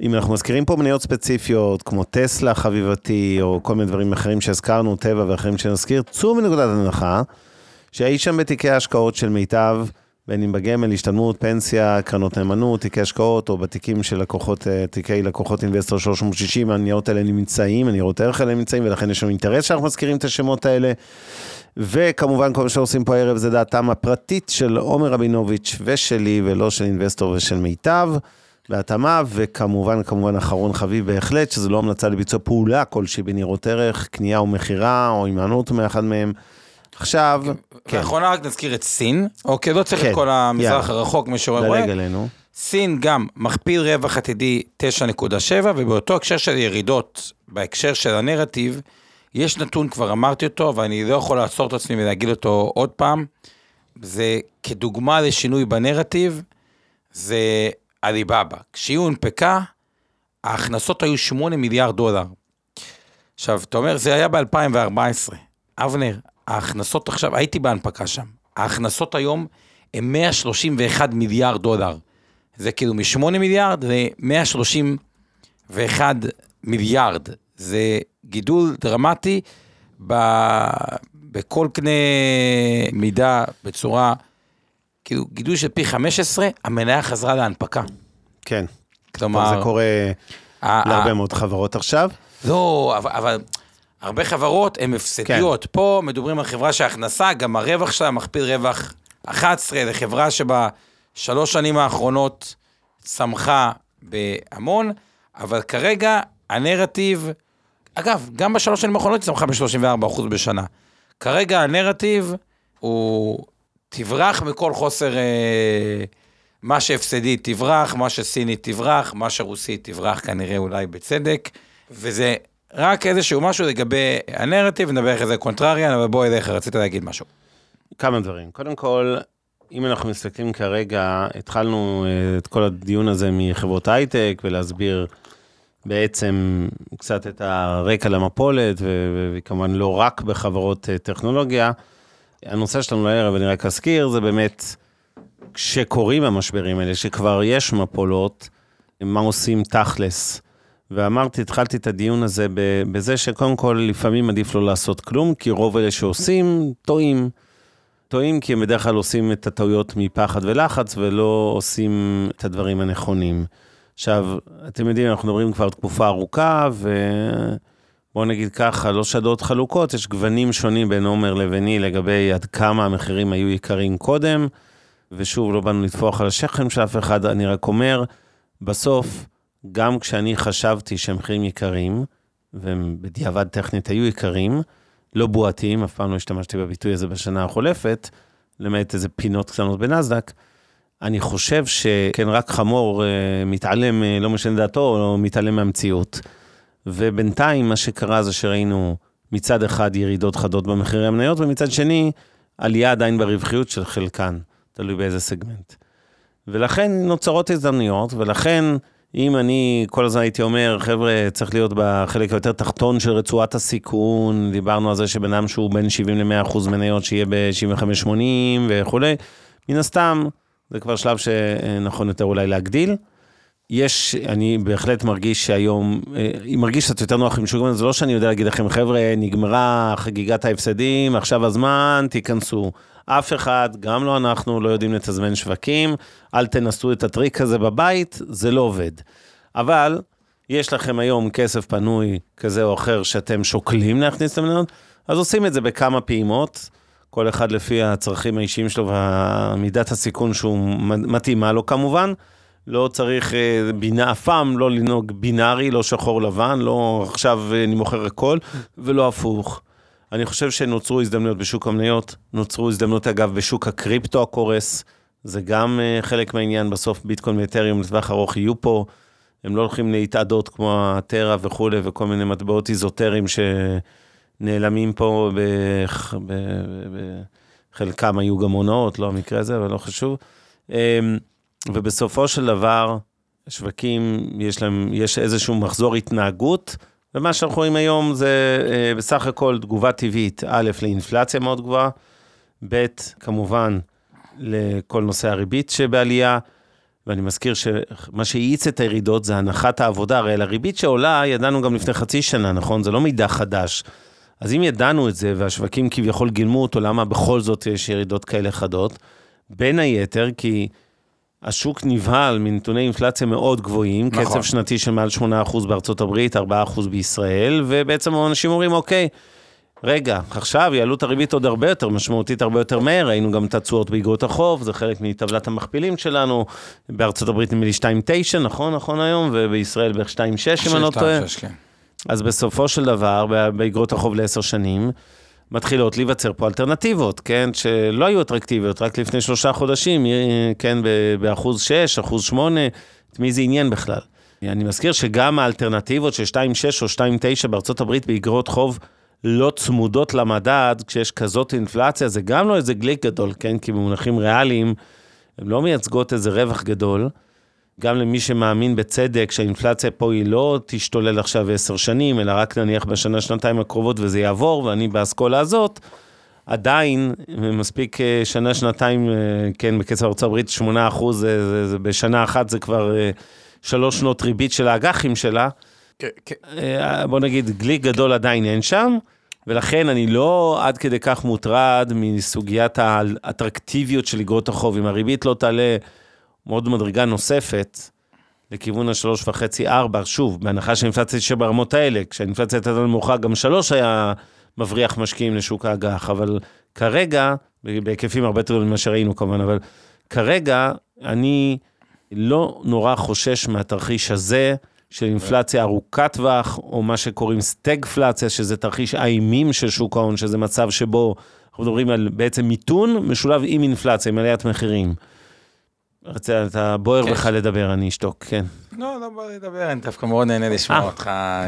אם אנחנו מזכירים פה מניות ספציפיות, כמו טסלה חביבתי, או כל מיני דברים אחרים שהזכרנו, טבע ואחרים שנזכיר, צאו מנקודת הנחה, שהאי שם בתיקי ההשקעות של מיטב, בין אם בגמל, השתלמות, פנסיה, קרנות נאמנות, תיקי השקעות, או בתיקים של לקוחות, תיקי לקוחות אינבסטור 360, הניירות האלה נמצאים, הניירות ערך האלה נמצאים, ולכן יש לנו אינטרס שאנחנו מזכירים את השמות האלה, וכמובן כל מה שעושים פה הערב זה דעתם הפרטית של עומר רבינוביץ' ושלי, ולא של אינבסטור ושל מיטב, בהתאמה, וכמובן אחרון חביב בהחלט, שזה לא המלצה לביצוע פעולה כלשהי בניירות ערך, קנייה או מחירה, או הימנעות מאחד מהם. עכשיו, כן. ואחרונה רק נזכיר את סין, אוקיי, לא צריך את כל המזרח הרחוק, מי שרואה. סין גם מכפיל רווח עתידי 9.7, ובאותו הקשר של ירידות, בהקשר של הנרטיב, יש נתון, כבר אמרתי אותו, ואני לא יכול לעצור את עצמי ולהגיד אותו עוד פעם, זה כדוגמה לשינוי בנרטיב, זה עליבאבא. כשהיא הונפקה, ההכנסות היו 8 מיליארד דולר. עכשיו, אתה אומר, זה היה ב-2014. אבנר, ההכנסות עכשיו, הייתי בהנפקה שם, ההכנסות היום הם 131 מיליארד דולר. זה כאילו מ-8 מיליארד ל-131 מיליארד. זה גידול דרמטי בכל קנה מידה בצורה, כאילו גידול של פי 15, המניה חזרה להנפקה. כן. כלומר, זה קורה להרבה מאוד חברות עכשיו. לא, אבל הרבה חברות הן הפסדיות. פה מדברים על חברה שההכנסה, גם הרווח שלה מכפיל רווח 11, לחברה שבשלוש שנים האחרונות צמחה בהמון, אבל כרגע הנרטיב, אגב, גם בשלוש שנים האחרונות צמחה ב-34% בשנה. כרגע הנרטיב הוא תברח מכל חוסר, מה שהפסדי תברח, מה שסיני תברח, מה שרוסי תברח כנראה אולי בצדק, וזה רק איזשהו משהו לגבי הנרטיב, נדבר איך זה קונטרריאן, אבל בואי אליך, רצית להגיד משהו. כמה דברים. קודם כל, אם אנחנו מסתכלים כרגע, התחלנו את כל הדיון הזה מחברות הייטק, ולהסביר בעצם קצת את הרקע למפולת, וכמובן לא רק בחברות טכנולוגיה. הנושא שלנו לערב, ואני רק אזכיר, זה באמת, כשקוראים המשברים האלה, שכבר יש מפולות, מה עושים תכלס. ואמרתי, התחלתי את הדיון הזה בזה שקודם כל לפעמים עדיף לא לעשות כלום, כי רוב אלה שעושים טועים. טועים כי הם בדרך כלל עושים את הטעויות מפחד ולחץ, ולא עושים את הדברים הנכונים. עכשיו, אתם יודעים, אנחנו מדברים כבר תקופה ארוכה, ובואו נגיד ככה, לא שדות חלוקות, יש גוונים שונים בין עומר לביני, לגבי עד כמה המחירים היו יקרים קודם, ושוב, לא באנו לתפוח על השכם של אף אחד, אני רק אומר, בסוף, גם כשאני חשבתי שהמחירים יקרים, והם בדיעבד טכנית היו יקרים, לא בועתיים, אף פעם לא השתמשתי בביטוי הזה בשנה החולפת, למעט איזה פינות קטנות בנסדק, אני חושב שכן רק חמור מתעלם, לא משנה דעתו, או מתעלם מהמציאות. ובינתיים מה שקרה זה שראינו מצד אחד ירידות חדות במחירי המניות, ומצד שני עלייה עדיין ברווחיות של חלקן, תלוי באיזה סגמנט. ולכן נוצרות הזדמנויות, ולכן אם אני כל הזמן הייתי אומר, חבר'ה, צריך להיות בחלק היותר תחתון של רצועת הסיכון, דיברנו על זה שבנם שהוא בין 70 ל-100% מניות, שיהיה ב-75-80 וכו'. מן הסתם, זה כבר שלב שנכון יותר אולי להגדיל. אני בהחלט מרגיש שהיום, מרגיש קצת יותר נוח עם שוגמן, זה לא שאני יודע להגיד לכם, חבר'ה, נגמרה חגיגת ההפסדים, עכשיו הזמן, תיכנסו. אף אחד, גם לא אנחנו, לא יודעים לתזמן שווקים, אל תנסו את הטריק הזה בבית, זה לא עובד. אבל יש לכם היום כסף פנוי כזה או אחר שאתם שוקלים להכניס למניות, אז עושים את זה בכמה פעימות, כל אחד לפי הצרכים האישיים שלו ומידת הסיכון שהוא מתאימה לו כמובן, לא צריך בינה, אף פעם לא לנהוג בינארי, לא שחור לבן, לא עכשיו אני מוכר הכל, ולא הפוך. אני חושב שנוצרו הזדמנויות בשוק המניות, נוצרו הזדמנויות אגב בשוק הקריפטו הקורס, זה גם חלק מהעניין, בסוף ביטקוין ואתריום לטווח ארוך יהיו פה, הם לא הולכים להתעדות כמו הטרה וכו' וכל מיני מטבעות איזוטריים שנעלמים פה, בחלקם היו גם הונאות, לא המקרה הזה, אבל לא חשוב. ובסופו של דבר, שווקים, יש איזשהו מחזור התנהגות, ומה שאנחנו רואים היום זה בסך הכל תגובה טבעית, א', לאינפלציה מאוד גבוהה, ב', כמובן, לכל נושא הריבית שבעלייה, ואני מזכיר שמה שהאיץ את הירידות זה הנחת העבודה, הרי לריבית שעולה ידענו גם לפני חצי שנה, נכון? זה לא מידע חדש. אז אם ידענו את זה, והשווקים כביכול גילמו אותו, למה בכל זאת יש ירידות כאלה חדות? בין היתר, כי השוק נבהל מנתוני אינפלציה מאוד גבוהים, נכון. קצב שנתי של מעל 8% בארצות הברית, 4% בישראל, ובעצם אנשים אומרים, אוקיי, רגע, עכשיו יעלו את הריבית עוד הרבה יותר, משמעותית הרבה יותר מהר, ראינו גם את התשואות באגרות החוב, זה חלק מטבלת המכפילים שלנו, בארצות הברית נדמה לי 2.9, נכון היום, ובישראל בערך 2.6, אם אני לא טועה. אז בסופו של דבר, באגרות החוב ל10 שנים, מתחילות להיווצר פה אלטרנטיבות, כן, שלא היו אטרקטיביות, רק לפני 3 חודשים, כן, ב1.6%, 1.8%, את מי זה עניין בכלל? אני מזכיר שגם האלטרנטיבות של 2.6 או 2.9 בארצות הברית באגרות חוב, לא צמודות למדד, כשיש כזאת אינפלציה, זה גם לא איזה גליק גדול, כן, כי במונחים ריאליים, הן לא מייצגות איזה רווח גדול, גם למי שמאמין בצדק, שהאינפלציה פה היא לא תשתולל עכשיו 10 שנים, אלא רק נניח בשנה, שנתיים הקרובות, וזה יעבור, ואני באסכולה הזאת, עדיין, מספיק שנה, שנתיים, כן, בקצב ארצות הברית, 8%, בשנה אחת זה כבר 3 שנות ריבית של האג"חים שלה, בוא נגיד, גליק גדול עדיין אין שם, ולכן אני לא עד כדי כך מוטרד מסוגיית האטרקטיביות של אגרות החוב, אם הריבית לא תעלה מאוד מדרגה נוספת, לכיוון ה3.5-4, שוב, בהנחה שהאינפלציה תשב ברמות האלה, כשהאינפלציה הייתה נמוכה, גם 3 היה מבריח משקיעים לשוק האג"ח, אבל כרגע, בהיקפים הרבה יותר ממה שראינו כמובן, אבל כרגע אני לא נורא חושש מהתרחיש הזה, של אינפלציה ארוכת טווח, או מה שקוראים סטגפלציה, שזה תרחיש האימים של שוק ההון, שזה מצב שבו אנחנו מדברים על בעצם מיתון, משולב עם אינפלציה, עם עליית מחירים. אתה בוער בך לדבר, אני אשתוק, כן. לא בוא לדבר, אני דווקא מאוד נהנה לשמוע אותך.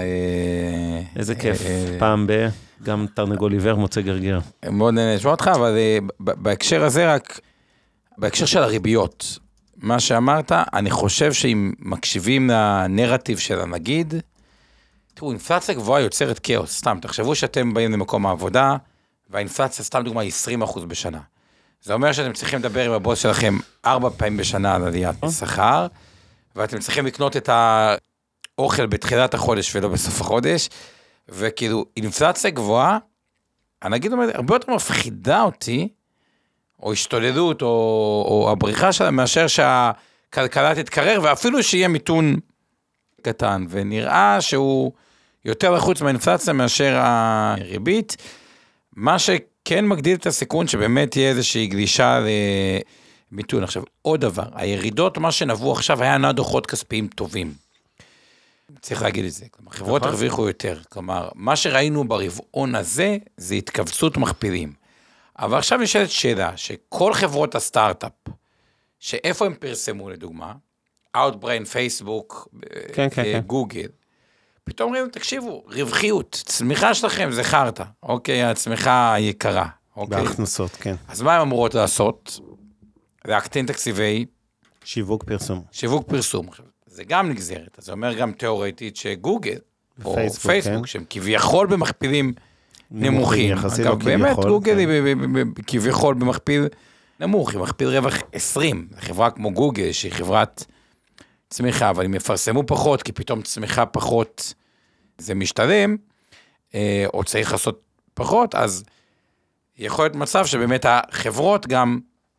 איזה כיף, פעם גם תרנגול עיוור מוצא גרגר. מאוד נהנה לשמוע אותך, אבל בהקשר הזה רק, בהקשר של הריביות, מה שאמרת, אני חושב שאם מקשיבים לנרטיב של הנגיד, תראו, אינפלציה גבוהה יוצרת כאוס, סתם, תחשבו שאתם באים למקום העבודה, והאינפלציה, סתם דוגמה, היא 20% בשנה. זה אומר שאתם צריכים לדבר עם הבוס שלכם 4 פעמים בשנה על עליית שכר, ואתם צריכים לקנות את האוכל בתחילת החודש ולא בסוף החודש, וכאילו, אינפלציה גבוהה, הנגיד אומר, הרבה יותר מפחידה אותי, או השתוללות, או הבריחה שלה, מאשר שהכלכלה תתקרר, ואפילו שיהיה מיתון קטן, ונראה שהוא יותר לחוץ מהאינפלציה מאשר הריבית, מה שכן מגדיל את הסיכון, שבאמת תהיה איזושהי גלישה למיתון. עכשיו, עוד דבר, הירידות, מה שנבוא עכשיו, היה דוחות כספיים טובים. צריך להגיד את זה, כלומר, חברות הרוויחו יותר, כלומר, מה שראינו ברבעון הזה, זה התכווצות מכפילים. אבל עכשיו נשאלת שאלה, שכל חברות הסטארט-אפ, שאיפה הם פרסמו לדוגמה, Outbrain, פייסבוק, גוגל, פתאום אומרים, תקשיבו, רווחיות, צמיחה שלכם זה חרטה, אוקיי, הצמיחה היקרה. בהכנסות, כן. אז מה הם אמורות לעשות? להקטין תקציבי? שיווק פרסום. שיווק פרסום. זה גם נגזרת, אז זה אומר גם תיאורטית שגוגל, או פייסבוק, שהם כביכול במכפילים, נמוכים. אגב, באמת, גוגל היא כביכול במכפיל נמוך, היא מכפיל רווח 20, חברה כמו גוגל, שהיא חברת צמיחה, אבל אם יפרסמו פחות, כי פתאום צמיחה פחות זה משתלם, או צריך לעשות פחות, אז יכול להיות מצב שבאמת החברות גם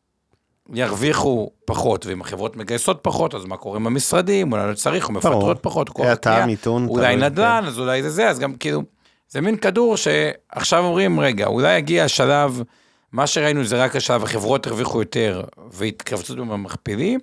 ירוויחו פחות, ואם החברות מגייסות פחות, אז מה קורה עם המשרדים, אולי לא צריך, או מפטרות פחות, אולי נדל"ן, אז אולי זה, אז גם כאילו, זה מין כדור שעכשיו אומרים, רגע, אולי יגיע השלב, מה שראינו זה רק השלב, החברות הרוויחו יותר, והתכווצות במכפילים,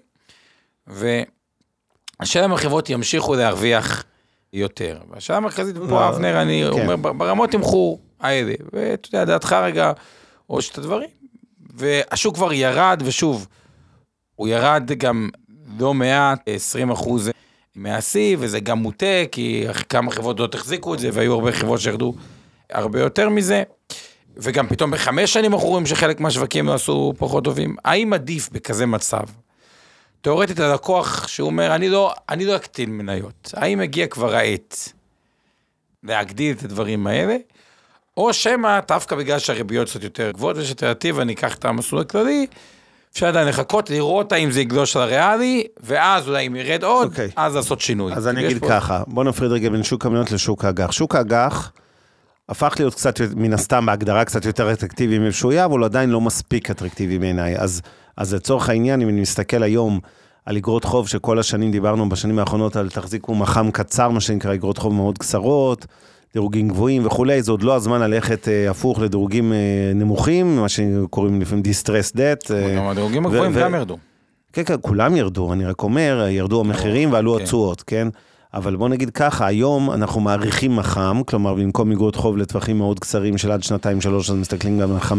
והשאלה אם החברות ימשיכו להרוויח יותר. והשאלה המרכזית פה, אבנר, אני אומר, ברמות תמחור האלה, ואתה יודע, דעתך רגע, או שאת הדברים, והשוק כבר ירד, ושוב, הוא ירד גם לא מעט, 20% מהשיא, וזה גם מוטה, כי כמה חברות לא תחזיקו את זה, והיו הרבה חברות שירדו הרבה יותר מזה, וגם פתאום ב5 שנים אנחנו רואים שחלק מהשווקים לא עשו פחות טובים. האם עדיף בכזה מצב? תיאורטית הלקוח שהוא אומר, אני לא אקטין מניות. האם הגיע כבר העת להגדיל את הדברים האלה? או שמה, דווקא בגלל שהריביות קצת יותר גבוהות, יש אלטרנטיבה, אני אקח את המסלול הכללי, אפשר עדיין לחכות, לראות האם זה יגלוש על הריאלי, ואז אולי אם ירד עוד, אז לעשות שינוי. אז אני אגיד ככה, בוא נפריד רגע בין שוק המניות לשוק האג"ח. שוק האג"ח הפך להיות קצת, מן הסתם, בהגדרה קצת יותר אטרקטיבי מפשויה, אבל הוא עדיין לא מספיק אטרקטיבי בעיניי. אז לצורך העניין, אם אני מסתכל היום על אגרות חוב שכל השנים דיברנו בשנים האחרונות על תחזיקו מחם קצר, מה שנקרא אגרות חוב מאוד קצרות, דירוגים גבוהים וכולי, זה עוד לא הזמן ללכת הפוך לדירוגים נמוכים, מה שקוראים לפעמים distress debt. הדירוגים הגבוהים גם ירדו. כן, כן, כולם ירדו, אני רק אומר, ירדו המחירים ועלו התשואות, כן? אבל בוא נגיד ככה, היום אנחנו מעריכים מחם, כלומר, במקום אגרות חוב לטווחים מאוד קצרים של עד 2-3, אז מסתכלים גם על 5-6,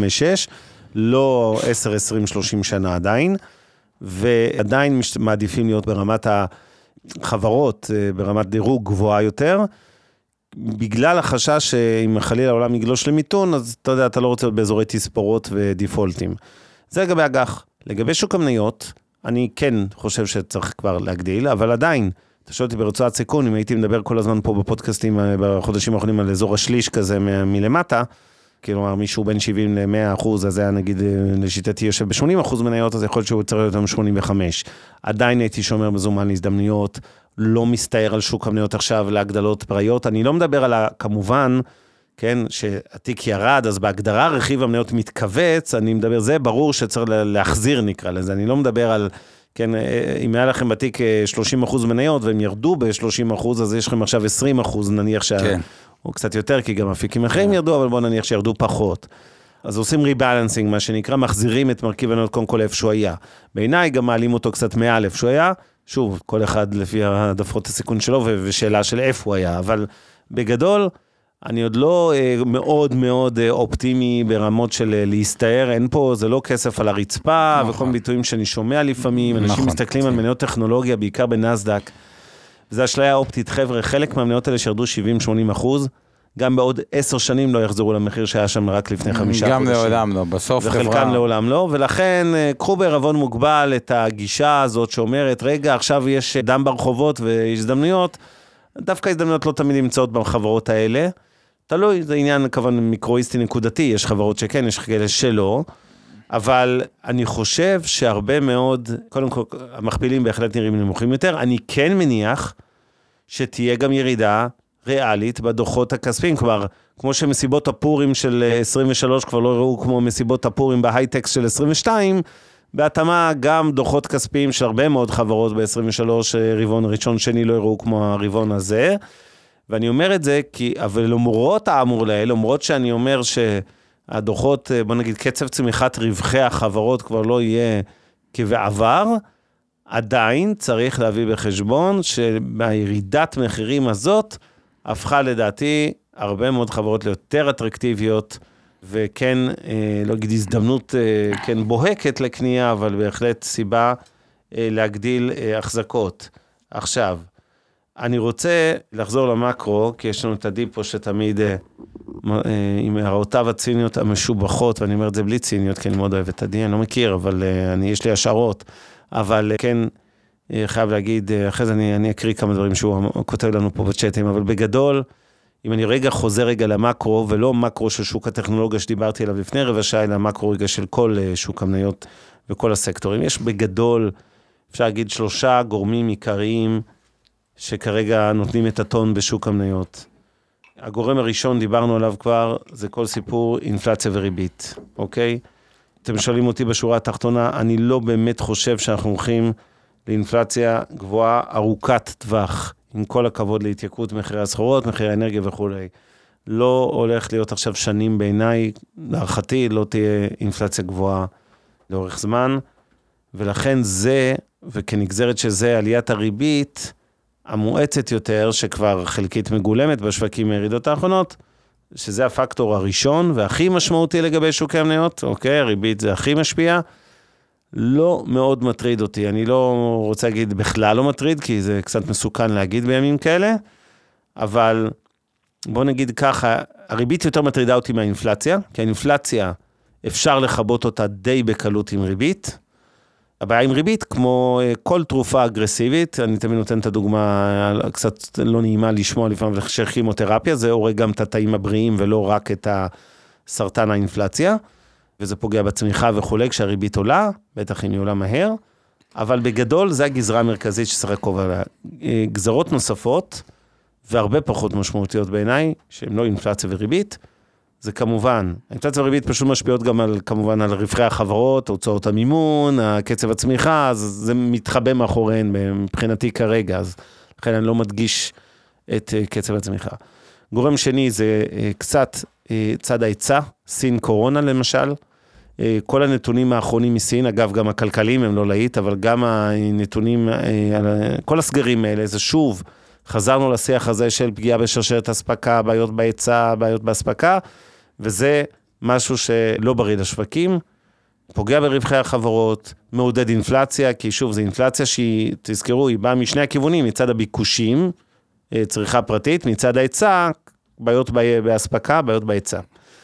לא 10, 20, 30 שנה עדיין, ועדיין מעדיפים להיות ברמת החברות, ברמת דירוג גבוהה יותר, בגלל החשש שאם חלילה העולם יגלוש למיתון, אז אתה יודע, אתה לא רוצה להיות באזורי תספורות ודיפולטים. זה לגבי אג"ח. לגבי שוק המניות, אני כן חושב שצריך כבר להגדיל, אבל עדיין, אתה שואל אותי ברצועת סיכון, אם הייתי מדבר כל הזמן פה בפודקאסטים בחודשים האחרונים על אזור השליש כזה מלמטה, כלומר מישהו בין 70 ל-100%, אז זה היה נגיד לשיטתי יושב ב-80% מניות, אז יכול להיות שהוא צריך להיות עם 85. עדיין הייתי שומר מזומן להזדמנויות, לא מסתער על שוק המניות עכשיו להגדלות פראיות, אני לא מדבר על כמובן, כן, שהתיק ירד, אז בהגדרה רכיב המניות מתכווץ, אני מדבר, זה ברור שצריך להחזיר נקרא לזה, אני לא מדבר על, כן, אם היה לכם בתיק 30% מניות, והם ירדו ב-30%, אז יש לכם עכשיו 20%, נניח או קצת יותר, כי גם אפיקים אחרים ירדו, אבל בואו נניח שירדו פחות. אז עושים ריבלנסינג, מה שנקרא, מחזירים את מרכיב המניות קודם כל איפה שהוא היה. בעיניי גם מעלים אותו קצת מעל איפה שהוא היה, שוב, כל אחד לפי העדפות הסיכון שלו, ושאלה של איפה הוא היה, אבל בגדול, אני עוד לא מאוד מאוד אופטימי ברמות של להסתער, אין פה, זה לא כסף על הרצפה, וכל ביטויים שאני שומע לפעמים, אנשים מסתכלים על מניות טכנולוגיה, בעיקר בנסדק, וזה אשליה אופטית, חבר'ה, חלק מהמניות האלה שירדו 70-80%, גם בעוד 10 שנים לא יחזרו למחיר שהיה שם רק לפני 5 חודשים. גם לעולם לא, בסוף חברה. וחלקם לעולם לא, ולכן קחו בערבון מוגבל את הגישה הזאת שאומרת, רגע, עכשיו יש דם ברחובות והזדמנויות, דווקא הזדמנויות לא תמיד נמצאות בחברות האלה, תלוי, זה עניין כמובן מיקרואיסטי נקודתי, יש חברות שכן, יש כאלה שלא, אבל אני חושב שהרבה מאוד, קודם כל, המכפילים בהחלט נראים נמוכים יותר, אני כן מניח שתהיה גם ירידה ריאלית בדוחות הכספיים, כלומר, כמו שמסיבות הפורים של 23 כבר לא ראו כמו מסיבות הפורים בהייטקס של 22, בהתאמה גם דוחות כספיים של הרבה מאוד חברות ב-23 רבעון ראשון שני לא ראו כמו הרבעון הזה, ואני אומר את זה כי, אבל למרות האמור לאל, למרות שאני אומר שהדוחות, בוא נגיד, קצב צמיחת רווחי החברות כבר לא יהיה כבעבר, עדיין צריך להביא בחשבון שבהירידת מחירים הזאת, הפכה לדעתי הרבה מאוד חברות ליותר אטרקטיביות, וכן, לא אגיד הזדמנות, כן בוהקת לקנייה, אבל בהחלט סיבה להגדיל החזקות. עכשיו, אני רוצה לחזור למקרו, כי יש לנו את הדיפו שתמיד, עם הערותיו הציניות המשובחות, ואני אומר את זה בלי ציניות, כי אני מאוד אוהב את הדי, אני לא מכיר, אבל יש לי השערות, אבל כן, חייב להגיד, אחרי זה אני אקריא כמה דברים שהוא כותב לנו פה בצ'אטים, אבל בגדול, אם אני רגע חוזר רגע למקרו, ולא מקרו של שוק הטכנולוגיה שדיברתי עליו לפני רבע שעה, אלא מקרו רגע של כל שוק המניות וכל הסקטורים. יש בגדול, אפשר להגיד 3 גורמים עיקריים, שכרגע נותנים את הטון בשוק המניות. הגורם הראשון, דיברנו עליו כבר, זה כל סיפור אינפלציה וריבית, אוקיי? אתם שואלים אותי בשורה התחתונה, אני לא באמת חושב שאנחנו הולכים לאינפלציה גבוהה ארוכת טווח, עם כל הכבוד להתייקרות מחירי הסחורות, מחירי האנרגיה וכו'. לא הולך להיות עכשיו שנים בעיניי, להערכתי לא תהיה אינפלציה גבוהה לאורך זמן, ולכן זה, וכנגזרת שזה עליית הריבית, המואצת יותר, שכבר חלקית מגולמת בשווקים מהירידות האחרונות, שזה הפקטור הראשון והכי משמעותי לגבי שוקי המניות, אוקיי, הריבית זה הכי משפיע, לא מאוד מטריד אותי, אני לא רוצה להגיד בכלל לא מטריד, כי זה קצת מסוכן להגיד בימים כאלה, אבל בוא נגיד ככה, הריבית יותר מטרידה אותי מהאינפלציה, כי האינפלציה אפשר לחבות אותה די בקלות עם ריבית, הבעיה עם ריבית, כמו כל תרופה אגרסיבית, אני תמיד נותן את הדוגמה, קצת לא נעימה לשמוע לפעמים של כימותרפיה, זה הורג גם את התאים הבריאים ולא רק את הסרטן האינפלציה, וזה פוגע בצמיחה וכולי, כשהריבית עולה, בטח היא עולה מהר, אבל בגדול זה הגזרה המרכזית שצריך לעקוב עליה. גזרות נוספות, והרבה פחות משמעותיות בעיניי, שהן לא אינפלציה וריבית, זה כמובן, האינפלציה וריבית פשוט משפיעות גם על, כמובן, על רווחי החברות, הוצאות המימון, הקצב הצמיחה, אז זה מתחבא מאחוריהן מבחינתי כרגע, אז לכן אני לא מדגיש את קצב הצמיחה. גורם שני זה קצת צד ההיצע, סין קורונה למשל, כל הנתונים האחרונים מסין, אגב גם הכלכליים הם לא להיט, אבל גם הנתונים, כל הסגרים האלה, זה שוב, חזרנו לשיח הזה של פגיעה בשרשרת הספקה, בעיות בהיצע, בעיות בהספקה, וזה משהו שלא בריא לשווקים, פוגע ברווחי החברות, מעודד אינפלציה, כי שוב, זו אינפלציה שהיא, תזכרו, היא באה משני הכיוונים, מצד הביקושים, צריכה פרטית, מצד ההיצע, בעיות בהספקה, בעיות בהיצע.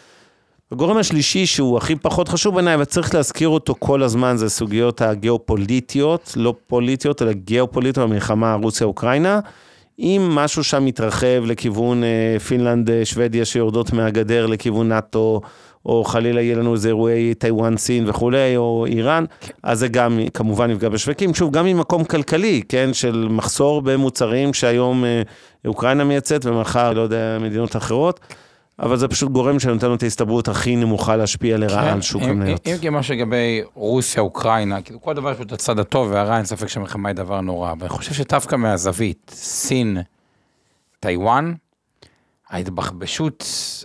הגורם השלישי, שהוא הכי פחות חשוב בעיניי, וצריך להזכיר אותו כל הזמן, זה סוגיות הגיאופוליטיות, לא פוליטיות, אלא גיאופוליטיות, המלחמה רוסיה-אוקראינה, אם משהו שם מתרחב לכיוון פינלנד, שוודיה שיורדות מהגדר לכיוון נאטו, או חלילה יהיה לנו איזה אירועי טיואן, סין וכולי, או איראן, אז זה גם כמובן נפגע בשווקים, שוב, גם ממקום כלכלי, כן, של מחסור במוצרים שהיום אוקראינה מייצאת, ומחר, לא יודע, מדינות אחרות, אבל זה פשוט גורם שנותן לו את ההסתברות הכי נמוכה להשפיע לרעה על שוק המניות. אם כמה לגבי רוסיה, אוקראינה, כאילו כל דבר יש את הצד הטוב והרע, אין ספק שהמלחמה היא דבר נורא, אבל אני חושב שדווקא מהזווית, סין, טיואן, ההתבחבשות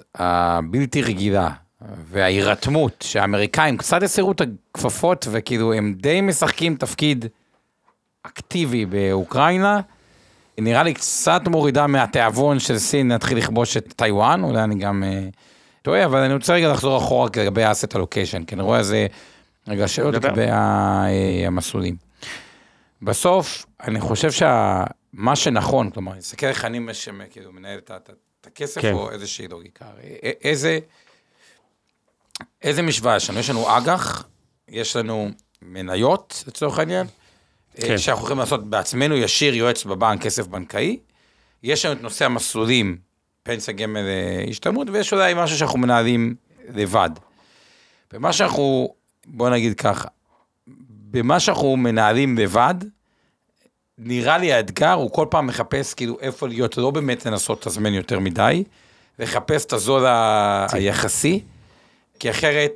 הבלתי רגילה, וההירתמות שהאמריקאים קצת יסירו את הכפפות, וכאילו הם די משחקים תפקיד אקטיבי באוקראינה, נראה לי קצת מורידה מהתיאבון של סין להתחיל לכבוש את טיואן, אולי אני גם טועה, אבל אני רוצה רגע לחזור אחורה לגבי האסט אלוקיישן, כי אני רואה איזה רגע שאלות לגבי המסלולים. בסוף, אני חושב שמה שנכון, כלומר, אני אסתכל איך אני כאילו מנהל את הכסף, או איזושהי לוגיקה. איזה משוואה יש לנו? יש לנו אג"ח, יש לנו מניות, לצורך העניין, שאנחנו יכולים לעשות בעצמנו ישיר יועץ בבנק, כסף בנקאי, יש לנו את נושא המסלולים, פנסיה גמל השתלמות, ויש אולי משהו שאנחנו מנהלים לבד. במה שאנחנו, בוא נגיד ככה, במה שאנחנו מנהלים לבד, נראה לי האתגר, הוא כל פעם מחפש כאילו איפה להיות, לא באמת לנסות את הזמן יותר מדי, לחפש את הזול היחסי, כי אחרת,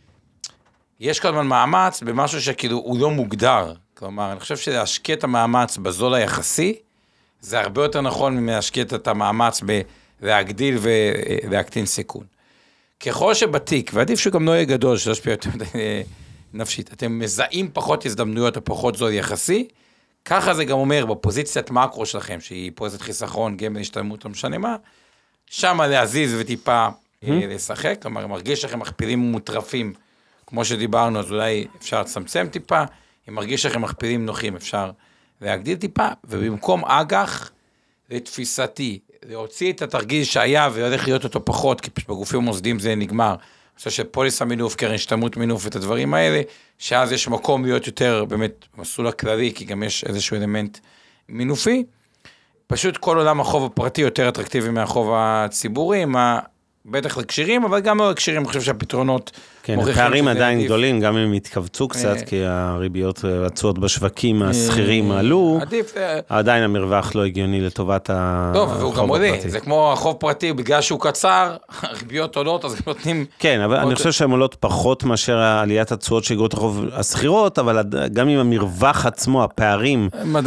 יש כל הזמן מאמץ במשהו שכאילו הוא לא מוגדר, כלומר, אני חושב שלהשקיע את המאמץ בזול היחסי, זה הרבה יותר נכון מלהשקיע את המאמץ בלהגדיל ולהקטין סיכון. ככל שבתיק, ועדיף שהוא גם לא יהיה גדול, שלא שפיע יותר נפשית, אתם מזהים פחות הזדמנויות או פחות זול יחסי, ככה זה גם אומר בפוזיציית מקרו שלכם, שהיא פוזיציית חיסכון, גמל השתלמות, לא משנה מה, שמה להזיז וטיפה לשחק, כלומר, מרגיש לכם מכפילים מוטרפים, כמו שדיברנו, אז אולי אפשר לצמצם טיפה, אם מרגיש לכם מכפילים נוחים, אפשר להגדיל טיפה, ובמקום אג"ח, לתפיסתי, להוציא את התרגיל שהיה, והולך להיות אותו פחות, כי בגופים מוסדיים זה נגמר, אני חושב שפוליס המינוף, קרן השתלמות מינוף, את הדברים האלה, שאז יש מקום להיות יותר, באמת, מסלול הכללי, כי גם יש איזשהו אלמנט מינופי, פשוט כל עולם החוב הפרטי יותר אטרקטיבי מהחוב הציבורי, בטח לקשירים, אבל גם לא לקשירים, אני חושב שהפתרונות... כן, הפערים עדיין גדולים, גם אם הם התכווצו קצת, כי הריביות הצעות בשווקים הסחירים עלו, עדיין המרווח לא הגיוני לטובת החוב הפרטי. טוב, והוא גם עולה, זה כמו החוב פרטי, בגלל שהוא קצר, הריביות עולות, אז נותנים... כן, אבל אני חושב שהן עולות פחות מאשר עליית הצעות שאיגרות החוב הסחירות, אבל גם אם המרווח עצמו, הפערים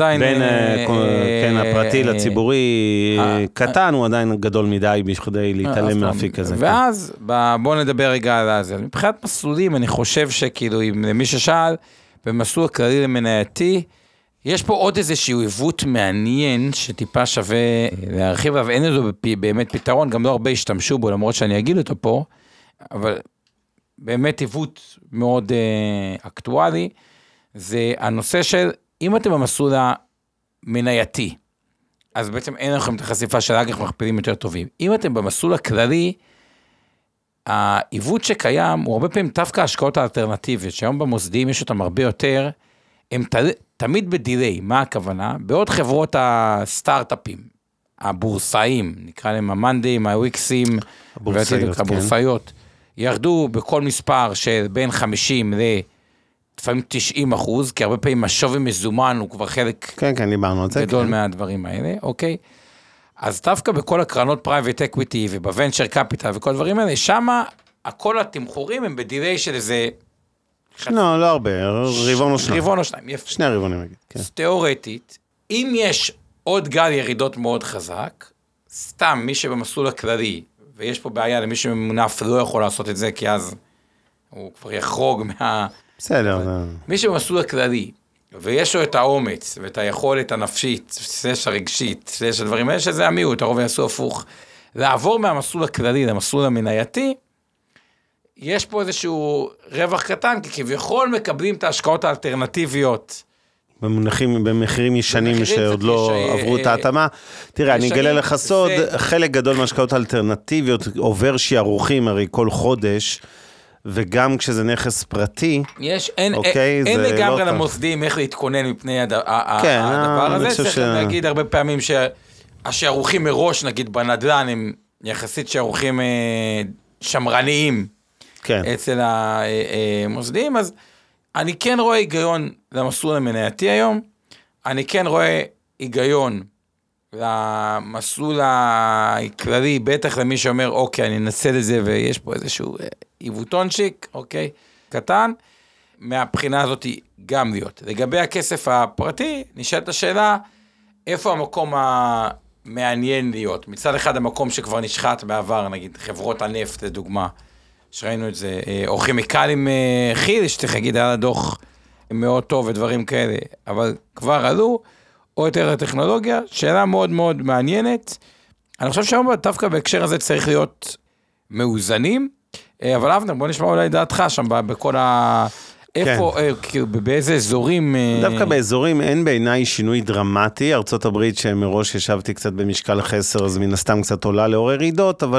בין הפרטי לציבורי קטן, הוא עדיין גדול מדי בכדי להתעלם מהאפיק הזה. ואז, בואו נדבר רגע על זה. מבחינת מסלולים, אני חושב שכאילו, אם למי ששאל, במסלול הכללי למנייתי, יש פה עוד איזשהו עיוות מעניין, שטיפה שווה להרחיב, אבל אין לזה באמת פתרון, גם לא הרבה השתמשו בו, למרות שאני אגיד אותו פה, אבל באמת עיוות מאוד אקטואלי, זה הנושא של, אם אתם במסלול המנייתי, אז בעצם אין לכם את החשיפה של אג"ח מכפילים יותר טובים. אם אתם במסלול הכללי, העיוות שקיים הוא הרבה פעמים דווקא ההשקעות האלטרנטיביות, שהיום במוסדיים יש אותם הרבה יותר, הם תמיד בדילי, מה הכוונה? בעוד חברות הסטארט-אפים, הבורסאים, נקרא להם המנדים, הוויקסים, הבורסאיות, ירדו בכל מספר של בין 50 לפעמים 90%, כי הרבה פעמים השווי מזומן הוא כבר חלק כן, דיברנו על זה. גדול מהדברים האלה, אוקיי? אז דווקא בכל הקרנות פרייבט אקוויטי ובוונצ'ר קפיטל וכל הדברים האלה, שמה הכל התמחורים הם בדילי של איזה... לא הרבה, רבעון או שניים. רבעון או שניים, יפה. שני רבעונים נגיד, כן. תיאורטית, אם יש עוד גל ירידות מאוד חזק, סתם מי שבמסלול הכללי, ויש פה בעיה למי שממונף לא יכול לעשות את זה, כי אז הוא כבר יחרוג מה... בסדר. מי שבמסלול הכללי, ויש לו את האומץ, ואת היכולת הנפשית, סלש הרגשית, סלש הדברים האלה, שזה המיעוט, הרוב יעשו הפוך, לעבור מהמסלול הכללי למסלול המנייתי, יש פה איזשהו רווח קטן, כי כביכול מקבלים את ההשקעות האלטרנטיביות. במחירים ישנים שעוד לא עברו את ההתאמה. תראה, אני אגלה לך סוד, חלק גדול מהשקעות האלטרנטיביות עובר שיערוכים הרי כל חודש, וגם כשזה נכס פרטי, אין לגמרי למוסדים איך להתכונן מפני הדבר הזה, צריך להגיד הרבה פעמים שהשיערוכים מראש, נגיד בנדל"ן, הם יחסית שיערוכים שמרניים אצל המוסדים, אז אני כן רואה היגיון למסלול המנייתי היום, אני כן רואה היגיון למסלול הכללי, בטח למי שאומר, אוקיי, אני אנסה את זה, ויש פה איזשהו עיוותונשיק, אוקיי, קטן, מהבחינה הזאת גם להיות. לגבי הכסף הפרטי, נשאלת השאלה, איפה המקום המעניין להיות? מצד אחד המקום שכבר נשחט בעבר, נגיד חברות הנפט לדוגמה, שראינו את זה, או כימיקלים חיל, שצריך להגיד, היה דוח מאוד טוב ודברים כאלה, אבל כבר עלו, או יותר הטכנולוגיה, שאלה מאוד מאוד מעניינת. אני חושב שהיום דווקא בהקשר הזה צריך להיות מאוזנים, אבל אבנר, בוא נשמע אולי דעתך שם בכל איפה, כאילו, באיזה אזורים... דווקא באזורים אין בעיניי שינוי דרמטי, ארצות הברית שמראש ישבתי קצת במשקל חסר, אז מן הסתם קצת עולה לאור ירידות, אבל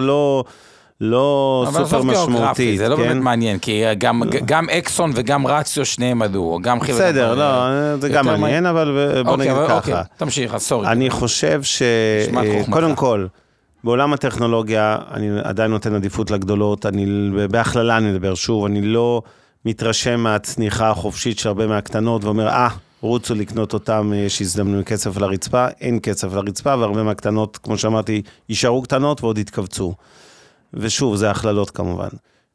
לא סופר משמעותית. זה לא באמת מעניין, כי גם אקסון וגם רציו שניהם עדו, גם חיל... בסדר, לא, זה גם מעניין, אבל בוא נגיד ככה. תמשיך, סורי. אני חושב שקודם כל, בעולם הטכנולוגיה, אני עדיין נותן עדיפות לגדולות, בהכללה אני מדבר שוב, אני לא מתרשם מהצניחה החופשית של הרבה מהקטנות, ואומר, רוצו לקנות אותם, יש הזדמנות כסף לרצפה, אין כסף לרצפה, והרבה מהקטנות, כמו שאמרתי, יישארו קטנות ועוד יתכווצו. ושוב, זה הכללות כמובן.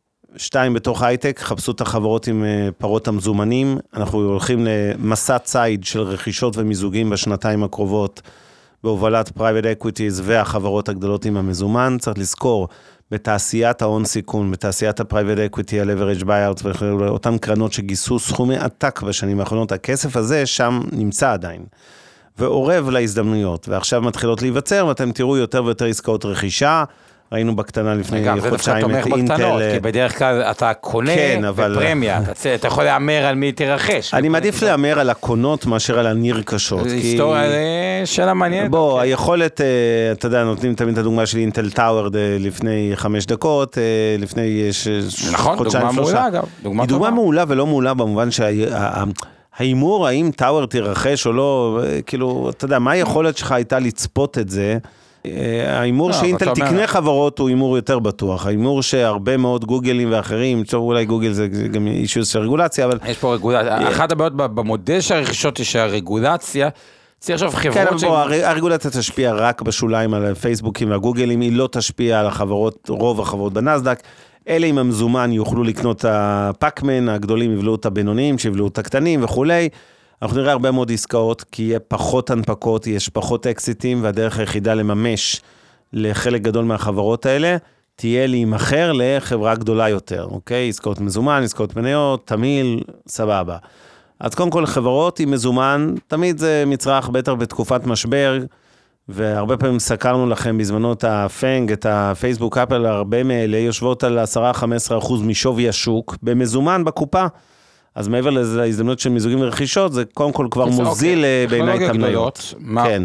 2, בתוך הייטק, חפשו את החברות עם פרות המזומנים, אנחנו הולכים למסע ציד של רכישות ומיזוגים בשנתיים הקרובות, בהובלת פרייבט אקוויטיז והחברות הגדולות עם המזומן, צריך לזכור, בתעשיית ההון סיכון, בתעשיית הפרייבט אקוויטי, ה-leverage buyout, אותן קרנות שגיסו סכומי עתק בשנים האחרונות, הכסף הזה שם נמצא עדיין, ועורב להזדמנויות, ועכשיו מתחילות להיווצר, ואתם תראו יותר ויותר עסקאות רכישה, ראינו בקטנה לפני חודשיים את אינטל. כי בדרך כלל אתה קונה בפרמיה, אתה יכול לאמר על מי תרחש. אני מעדיף לאמר על הקונות מאשר על הנרכשות. זה היסטוריה שאלה מעניינת. בוא, היכולת, אתה יודע, נותנים תמיד את הדוגמה של אינטל טאוור לפני 5 דקות, לפני נכון, דוגמה מעולה אגב. היא דוגמה מעולה ולא מעולה במובן שהאימור, האם טאוור תרחש או לא, כאילו, אתה יודע, מה היכולת שלך הייתה לצפות את זה? האימור שאינטל תקנה חברות הוא אימור יותר בטוח, האימור שהרבה מאוד גוגלים ואחרים, אולי גוגל זה גם אישוס של רגולציה, אבל... יש פה רגולציה, אחת הבעיות במודל של הרכישות היא שהרגולציה, צריך עכשיו חברות... כן, אבל הרגולציה תשפיע רק בשוליים על הפייסבוקים והגוגלים, היא לא תשפיע על החברות, רוב החברות בנסדק, אלה עם המזומן יוכלו לקנות הפאקמן, הגדולים יבלעו את הבינוניים, שיבלעו את הקטנים וכולי, אנחנו נראה הרבה מאוד עסקאות, כי יהיה פחות הנפקות, יש פחות אקזיטים, והדרך היחידה לממש לחלק גדול מהחברות האלה, תהיה להימחר לחברה גדולה יותר, אוקיי? עסקאות מזומן, עסקאות מניות, תמיל, סבבה. אז קודם כל, חברות עם מזומן, תמיד זה מצרך בטח בתקופת משבר, והרבה פעמים סקרנו לכם בזמנו את הפנג, את הפייסבוק אפל, הרבה מאלה יושבות על 10-15% משווי השוק, במזומן בקופה, אז מעבר לזה, ההזדמנות של מיזוגים ורכישות, זה קודם כל כבר מוזיל בעיניי תמניות. כן.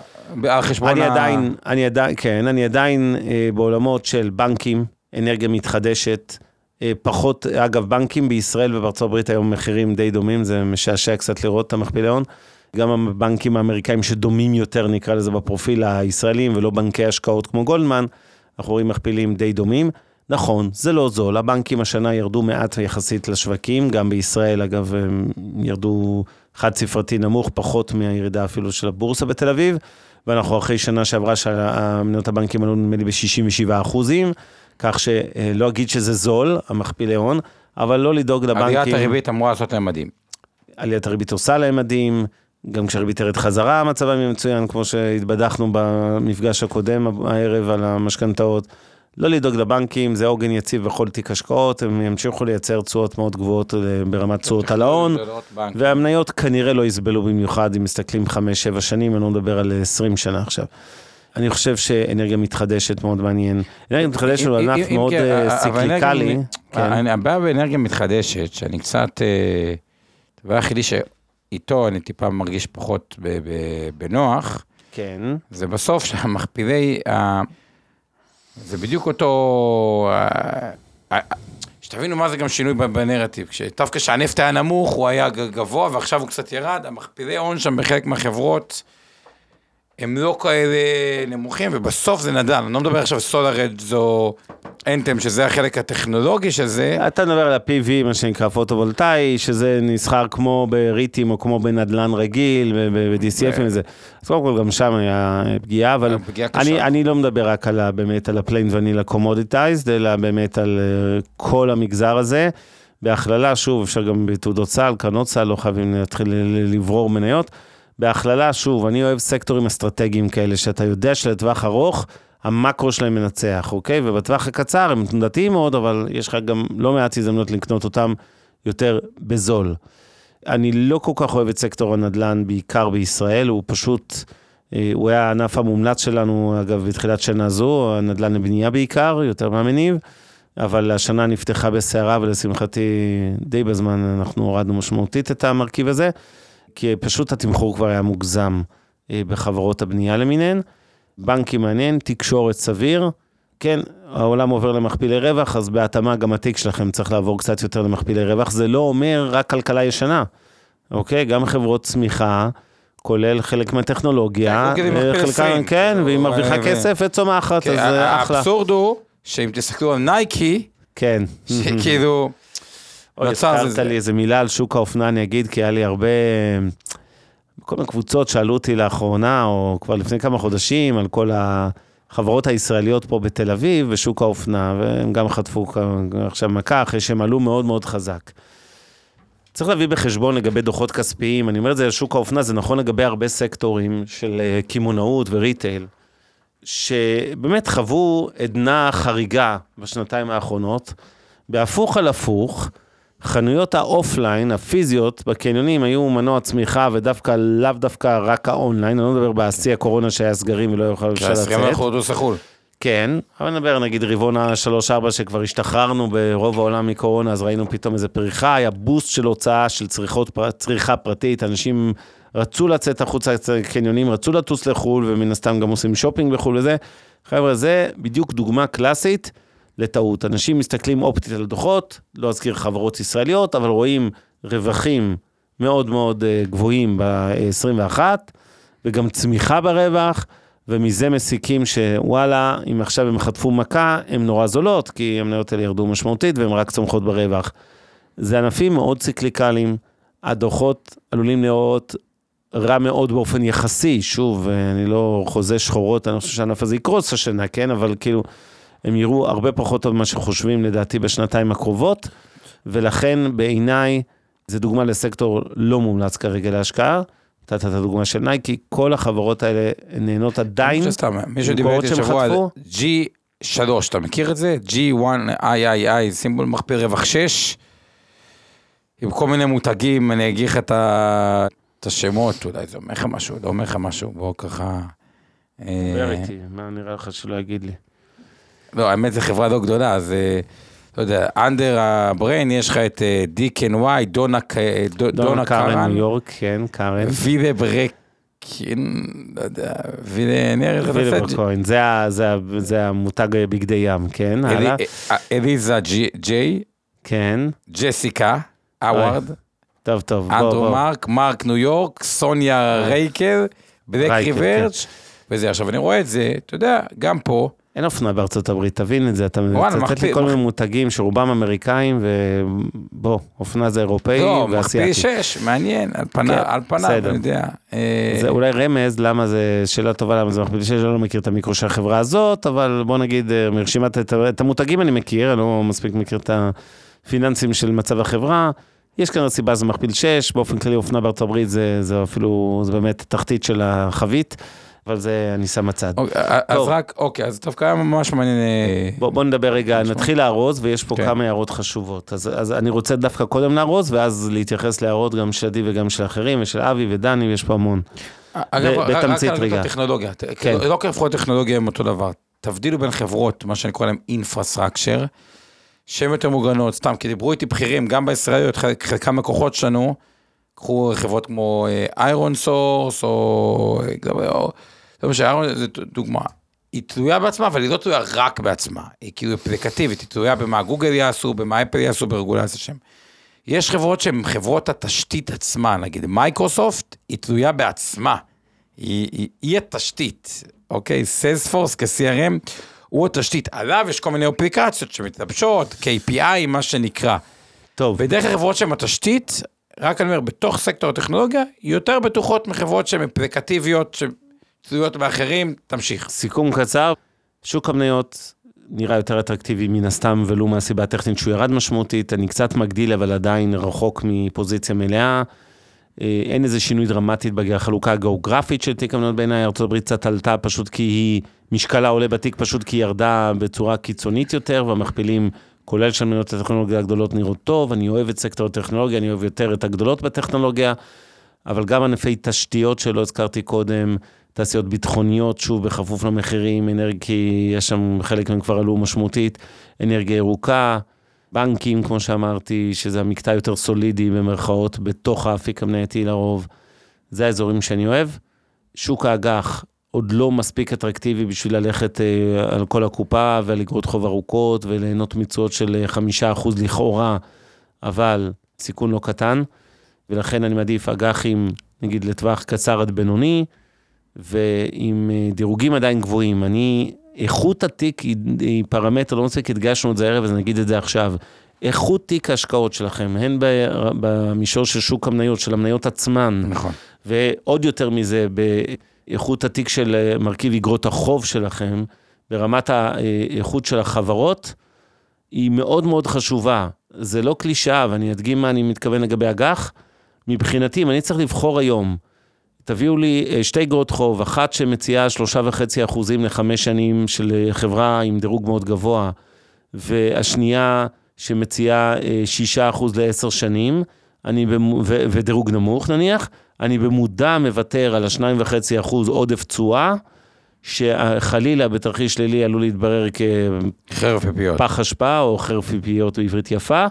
אני עדיין בעולמות של בנקים, אנרגיה מתחדשת, פחות, אגב, בנקים בישראל ובארצות הברית היום מחירים די דומים, זה משעשע קצת לראות את המכפיל ההון, גם הבנקים האמריקאים שדומים יותר, נקרא לזה בפרופיל הישראלים, ולא בנקי השקעות כמו גולדמן, אנחנו רואים מכפילים די דומים, נכון, זה לא זול, הבנקים השנה ירדו מעט יחסית לשווקים, גם בישראל אגב הם ירדו חד ספרתי נמוך, פחות מהירידה אפילו של הבורסה בתל אביב, ואנחנו אחרי שנה שעברה שהמניות הבנקים עלו נדמה לי ב-67%, כך שלא אגיד שזה זול, המכפילי הון, אבל לא לדאוג לבנקים. עליית הריבית אמורה לעשות להם מדהים. עליית הריבית עושה להם מדהים, גם כשהריבית תרד חזרה, המצב היה מצוין, כמו שהתבדחנו במפגש הקודם הערב על המשכנתאות. לא לדאוג לבנקים, זה עוגן יציב בכל תיק השקעות, הם ימשיכו לייצר תשואות מאוד גבוהות ברמת תשואות על ההון, והמניות כנראה לא יסבלו במיוחד, אם מסתכלים 5-7 שנים, אני לא מדבר על 20 שנה עכשיו. אני חושב שאנרגיה מתחדשת מאוד מעניין. אנרגיה מתחדשת הוא ענף מאוד סיקליקלי. הבעיה באנרגיה מתחדשת, שאני קצת, הדבר היחידי שאיתו אני טיפה מרגיש פחות בנוח, כן. זה בסוף שהמכפילי, זה בדיוק אותו, שתבינו מה זה גם שינוי בנרטיב, דווקא שהנפט היה נמוך, הוא היה גבוה, ועכשיו הוא קצת ירד, המכפילי הון שם בחלק מהחברות, הם לא כאלה נמוכים, ובסוף זה נדל, אני לא מדבר עכשיו SolarEdge או אנטם, שזה החלק הטכנולוגי של זה. אתה מדבר על ה-PV, מה שנקרא פוטו-וולטאי, שזה נסחר כמו בריטים, או כמו בנדלן רגיל, ב-DCFים וזה. אז קודם כל גם שם היה פגיעה, אבל אני לא מדבר רק באמת על ה-plain vanilla commoditized, אלא באמת על כל המגזר הזה. בהכללה, שוב, אפשר גם בתעודות סל, קרנות סל, לא חייבים להתחיל לברור מניות. בהכללה, שוב, אני אוהב סקטורים אסטרטגיים כאלה, שאתה יודע שלטווח ארוך, המקרו שלהם מנצח, אוקיי? ובטווח הקצר הם תנודתיים מאוד, אבל יש לך גם לא מעט הזדמנות לקנות אותם יותר בזול. אני לא כל כך אוהב את סקטור הנדל"ן, בעיקר בישראל, הוא פשוט, הוא היה הענף המומלץ שלנו, אגב, בתחילת שנה זו, הנדל"ן לבנייה בעיקר, יותר מהמניב, אבל השנה נפתחה בסערה, ולשמחתי די בזמן אנחנו הורדנו משמעותית את המרכיב הזה, כי פשוט התמחור כבר היה מוגזם בחברות הבנייה למיניהן, בנקי מעניין, תקשורת סביר, כן, העולם עובר למכפילי רווח, אז בהתאמה גם התיק שלכם צריך לעבור קצת יותר למכפילי רווח, זה לא אומר רק כלכלה ישנה, אוקיי? גם חברות צמיחה, כולל חלק מהטכנולוגיה, חלקן, כן, והיא מרוויחה כסף וצומחת, אז אחלה. האבסורד הוא, שאם תסתכלו על נייקי, כן. שכאילו, הזכרת לי איזה מילה על שוק האופנה, אני אגיד, כי היה לי הרבה, כל מיני קבוצות שאלו אותי לאחרונה, או כבר לפני כמה חודשים, על כל החברות הישראליות פה בתל אביב, בשוק האופנה, והם גם חטפו עכשיו מכה, אחרי שהם עלו מאוד מאוד חזק. צריך להביא בחשבון לגבי דוחות כספיים, אני אומר את זה על שוק האופנה, זה נכון לגבי הרבה סקטורים של קימונאות וריטייל, שבאמת חוו עדנה חריגה בשנתיים האחרונות, בהפוך על הפוך, חנויות האופליין, הפיזיות, בקניונים היו מנוע צמיחה, ודווקא לאו דווקא רק האונליין, אני לא מדבר בעשי הקורונה שהיה סגרים ולא יוכל לצאת. שהסגרים החודו סחול. כן, אבל נדבר נגיד רבעונה 3-4 שכבר השתחררנו ברוב העולם מקורונה, אז ראינו פתאום איזה פריחה, היה בוסט של הוצאה של צריכה פרטית, אנשים רצו לצאת החוצה קניונים, רצו לטוס לחול, ומן הסתם גם עושים שופינג בחול וזה. חבר'ה, זה בדיוק דוגמה קלאסית, לטעות. אנשים מסתכלים אופטית על דוחות, לא אזכיר חברות ישראליות, אבל רואים רווחים מאוד מאוד גבוהים ב-21, וגם צמיחה ברווח, ומזה מסיקים שוואלה, אם עכשיו הם חטפו מכה, הם נורא זולות, כי המניות האלה ירדו משמעותית, והם רק צומחות ברווח. זה ענפים מאוד ציקליקליים, הדוחות עלולים לראות רע מאוד באופן יחסי, שוב, אני לא חוזה שחורות, אני חושב שהענף הזה יקרוס השנה, כן, אבל כאילו, הם יראו הרבה פחות טוב ממה שחושבים לדעתי בשנתיים הקרובות, ולכן בעיניי זה דוגמה לסקטור לא מומלץ כרגע להשקעה, נתת את הדוגמה של נייקי, כל החברות האלה נהנות עדיין, מישהו דיבר איתי שבוע על G3, אתה מכיר את זה? G1III, סימבול מכפיל רווח 6, עם כל מיני מותגים, אני אגיד לך את השמות, אולי זה אומר לך משהו, לא אומר לך משהו, בואו ככה. דבר איתי, מה נראה לך שלא יגיד לי? לא, האמת זה חברה לא גדולה, אז, לא יודע, אנדר הבריין, יש לך את DKNY, דונה קארן, ניו יורק, כן, קארן. וילה ברקין, לא יודע, וילה נראה. וילה ברקוין, זה המותג בגדי ים, כן, הלאה. אליזה ג'יי. כן. ג'סיקה, אווארד. טוב, טוב. אנדרו מרק ניו יורק, סוניה רייקל, בלק ריברץ', וזה, עכשיו אני רואה את זה, אתה יודע, גם פה, אין אופנה בארצות הברית, תבין את זה, אתה מצטט לי כל מיני מותגים שרובם אמריקאים, ובוא, אופנה זה אירופאי ואסייתי. לא, מכפיל 6, מעניין, על פניו, אני יודע. זה אולי רמז, למה זה, שאלה טובה למה זה מכפיל 6, אני לא מכיר את המיקרו של החברה הזאת, אבל בוא נגיד, מרשימת את המותגים אני מכיר, אני לא מספיק מכיר את הפיננסים של מצב החברה, יש כאן סיבה, זה מכפיל 6, באופן כללי אופנה בארצות הברית, זה אפילו, זה באמת תחתית של החבית, אבל זה אני שם מצד. אז רק, אוקיי, אז טוב, קיים ממש מעניין. בוא נדבר רגע, נתחיל להרוז, ויש פה כמה הערות חשובות. אז אני רוצה דווקא קודם להרוז, ואז להתייחס להערות גם של עדי וגם של אחרים, ושל אבי ודני, ויש פה המון. אגב, רק על הטכנולוגיה. לא כחברות טכנולוגיה הם אותו דבר. תבדילו בין חברות, מה שאני קורא להם infrastructure, שהן יותר מוגנות, סתם, כי דיברו איתי בכירים, גם בישראליות, חלקם לקוחות שלנו, קחו חברות כמו איירון סורס, או זה דוגמה, היא תלויה בעצמה, אבל היא לא תלויה רק בעצמה, היא כאילו אפליקטיבית, היא תלויה במה גוגל יעשו, במה אפל יעשו, ברגולציה שם. יש חברות שהן חברות התשתית עצמה, נגיד מייקרוסופט, היא תלויה בעצמה, היא התשתית, אוקיי? סיילספורס כ-CRM, הוא התשתית, עליו יש כל מיני אפליקציות שמתלבשות, KPI, מה שנקרא. טוב. ודרך החברות שהן התשתית, רק אני אומר, בתוך סקטור הטכנולוגיה, יותר בטוחות מחברות שהן אפליקטיביות, שתלויות באחרים, תמשיך. סיכום קצר, שוק המניות נראה יותר אטרקטיבי מן הסתם, ולו מהסיבה הטכנית שהוא ירד משמעותית, אני קצת מגדיל, אבל עדיין רחוק מפוזיציה מלאה, אין איזה שינוי דרמטית בחלוקה הגיאוגרפית של תיק המניות בעיניי, ארצות הברית קצת עלתה פשוט כי היא, משקלה עולה בתיק פשוט כי היא ירדה בצורה קיצונית יותר, והמכפילים כולל של מניות הטכנולוגיה הגדולות נראות טוב, אני אוהב את סקטור הטכנולוגיה, אני אוהב יותר את הגדולות בטכנולוגיה, אבל גם ענפי תשתיות שלא הזכרתי קודם, תעשיות ביטחוניות, שוב בכפוף למחירים, אנרגיה, יש שם חלק מהם כבר עלו משמעותית, אנרגיה ירוקה, בנקים, כמו שאמרתי, שזה המקטע יותר סולידי במרכאות, בתוך האפיק המנייתי לרוב, זה האזורים שאני אוהב. שוק האג"ח עוד לא מספיק אטרקטיבי בשביל ללכת על כל הקופה, ולגרות חוב ארוכות, וליהנות מצוות של 5% לכאורה, אבל סיכון לא קטן, ולכן אני מעדיף אג"חים, נגיד לטווח קצר עד בינוני, ועם דירוגים עדיין גבוהים. איכות התיק היא פרמטר, לא מספיק הדגשנו את זה הערב, אז נגיד את זה עכשיו. איכות תיק ההשקעות שלכם, הן במישור של שוק המניות, של המניות עצמן, נכון. ועוד יותר מזה, באיכות התיק של מרכיב אגרות החוב שלכם, ברמת האיכות של החברות, היא מאוד מאוד חשובה. זה לא קלישאה, ואני אדגים מה אני מתכוון לגבי אג"ח. מבחינתי, אם אני צריך לבחור היום, תביאו לי שתי אגרות חוב, אחת שמציעה 3.5% ל5 שנים של חברה עם דירוג מאוד גבוה, והשנייה שמציעה 6% ל10 שנים, ודירוג נמוך נניח, אני במודע מוותר על 2.5% עודף תשואה, שחלילה בתרחיש שלילי עלול להתברר כחרב פיפיות. פח אשפה או חרב פיפיות בעברית יפה,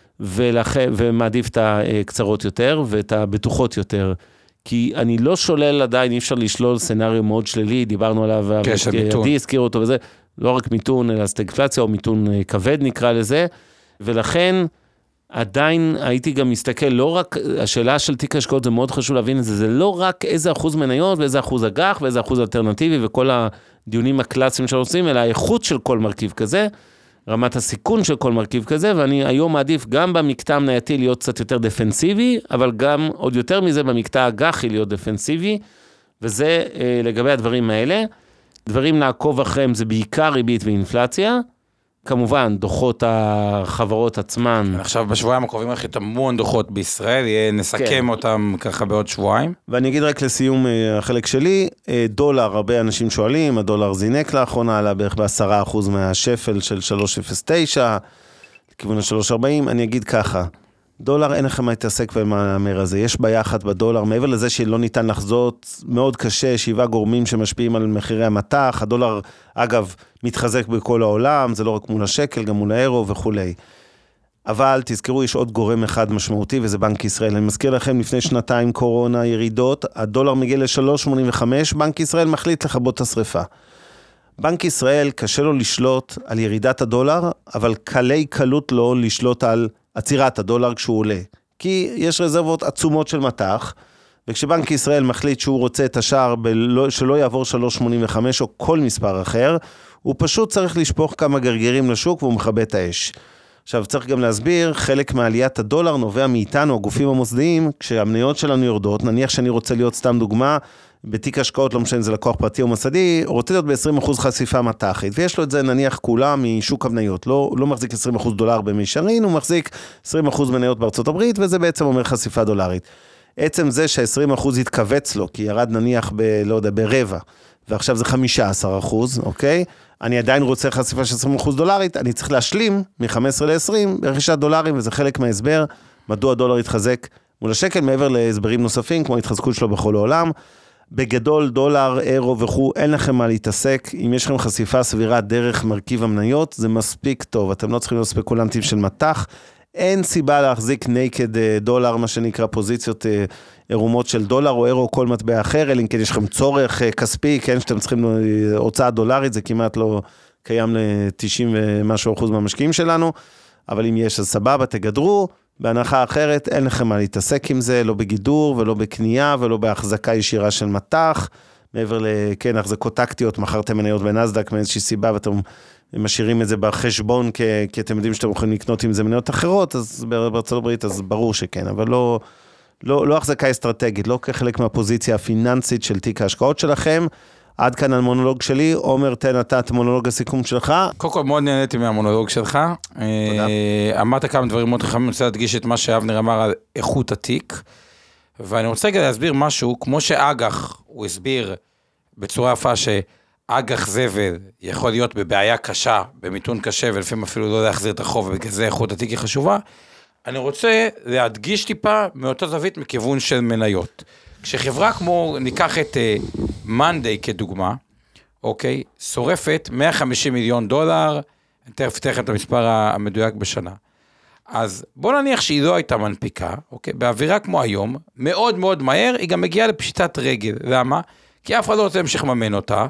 ומעדיף את הקצרות יותר ואת הבטוחות יותר. כי אני לא שולל עדיין, אי אפשר לשלול סנריו מאוד שלילי, דיברנו עליו, עדי הזכיר אותו וזה, לא רק מיתון, אלא סטגפלציה או מיתון כבד נקרא לזה, ולכן עדיין הייתי גם מסתכל, לא רק, השאלה של תיק השקעות זה מאוד חשוב להבין את זה, זה לא רק איזה אחוז מניות ואיזה אחוז אג"ח ואיזה אחוז אלטרנטיבי וכל הדיונים הקלאסיים שעושים, אלא האיכות של כל מרכיב כזה, רמת הסיכון של כל מרכיב כזה, ואני היום מעדיף גם במקטע המנייתי להיות קצת יותר דפנסיבי, אבל גם עוד יותר מזה במקטע האג"חי להיות דפנסיבי, וזה לגבי הדברים האלה. דברים לעקוב אחריהם זה בעיקר ריבית ואינפלציה, כמובן דוחות החברות עצמן. עכשיו בשבועיים הקרובים הכי המון דוחות בישראל, נסכם אותם ככה בעוד שבועיים. ואני אגיד רק לסיום החלק שלי, דולר, הרבה אנשים שואלים, הדולר זינק לאחרונה, עלה בערך ב10% מהשפל של 3.09, לכיוון ה-3.40, אני אגיד ככה, דולר אין לכם מה להתעסק במאמר הזה, יש בעיה אחת בדולר, מעבר לזה שלא ניתן לחזות, מאוד קשה, 7 גורמים שמשפיעים על מחירי המטח, הדולר אגב מתחזק בכל העולם, זה לא רק מול השקל, גם מול האירו וכו'. אבל תזכרו, יש עוד גורם אחד משמעותי, וזה בנק ישראל. אני מזכיר לכם, לפני שנתיים קורונה, ירידות, הדולר מגיע ל-3.85, בנק ישראל מחליט לכבות את השריפה. בנק ישראל קשה לו לשלוט על ירידת הדולר, אבל קלי קלות לו לשלוט על עצירת הדולר כשהוא עולה. כי יש רזרבות עצומות של מטח, וכשבנק ישראל מחליט שהוא רוצה את השער שלא יעבור 3.85 או כל מספר אחר, הוא פשוט צריך לשפוך כמה גרגרים לשוק והוא מכבה את האש. עכשיו צריך גם להסביר, חלק מעליית הדולר נובע מאיתנו, הגופים המוסדיים, כשהמניות שלנו יורדות, נניח שאני רוצה להיות סתם דוגמה, בתיק השקעות, לא משנה, זה לקוח פרטי או מסדי, רוצה להיות ב-20% חשיפה מתחית, ויש לו את זה נניח כולה משוק המניות, לא מחזיק $20 במישרין, הוא מחזיק 20% מניות בארצות הברית, וזה בעצם אומר חשיפה דולרית. עצם זה שה-20% התכווץ לו, כי ירד נניח לא יודע, ברבע, ועכשיו זה 15%, אוקיי? אני עדיין רוצה חשיפה של $20 אני צריך להשלים מ-15 ל-20 ברכישת דולרים, וזה חלק מההסבר, מדוע הדולר יתחזק מול השקל, מעבר להסברים נוספים, כמו ההתחזקות שלו בכל העולם. בגדול, דולר, אירו וכו', אין לכם מה להתעסק. אם יש לכם חשיפה סבירה דרך מרכיב המניות, זה מספיק טוב. אתם לא צריכים להיות ספקולנטים של מתח. אין סיבה להחזיק נקד דולר, מה שנקרא פוזיציות עירומות של דולר או אירו או כל מטבע אחר, אלא אם כן יש לכם צורך כספי, כן, שאתם צריכים הוצאה דולרית, זה כמעט לא קיים ל-90 ומשהו אחוז מהמשקיעים שלנו, אבל אם יש, אז סבבה, תגדרו, בהנחה אחרת, אין לכם מה להתעסק עם זה, לא בגידור ולא בקנייה ולא בהחזקה ישירה של מתח, מעבר לכן, החזקות טקטיות, מכרתם מניות בנסדק מאיזושהי סיבה, ואתם משאירים את זה בחשבון, כי אתם יודעים שאתם יכולים לקנות עם זה מניות אחרות, אז בארצות הברית, אז ברור שכן, אבל לא החזקה אסטרטגית, לא כחלק מהפוזיציה הפיננסית של תיק ההשקעות שלכם. עד כאן המונולוג שלי. עומר, תן אתה את מונולוג הסיכום שלך. קודם כל מאוד נהניתי מהמונולוג שלך. אמרת כמה דברים מאוד חכמים, אני רוצה להדגיש את מה שאבנר אמר על איכות התיק, ואני רוצה רגע להסביר משהו, כמו שאג"ח הוא הסביר בצורה יפה שאג"ח זבל יכול להיות בבעיה קשה, במיתון קשה, ולפעמים אפילו לא להחזיר את החוב, ובגלל זה איכות התיק היא חשובה. אני רוצה להדגיש טיפה מאותה זווית מכיוון של מניות. כשחברה כמו, ניקח את Monday כדוגמה, אוקיי, שורפת $150 מיליון, תכף את המספר המדויק בשנה. אז בוא נניח שהיא לא הייתה מנפיקה, אוקיי, באווירה כמו היום, מאוד מאוד מהר, היא גם מגיעה לפשיטת רגל. למה? כי אף אחד לא רוצה להמשיך לממן אותה,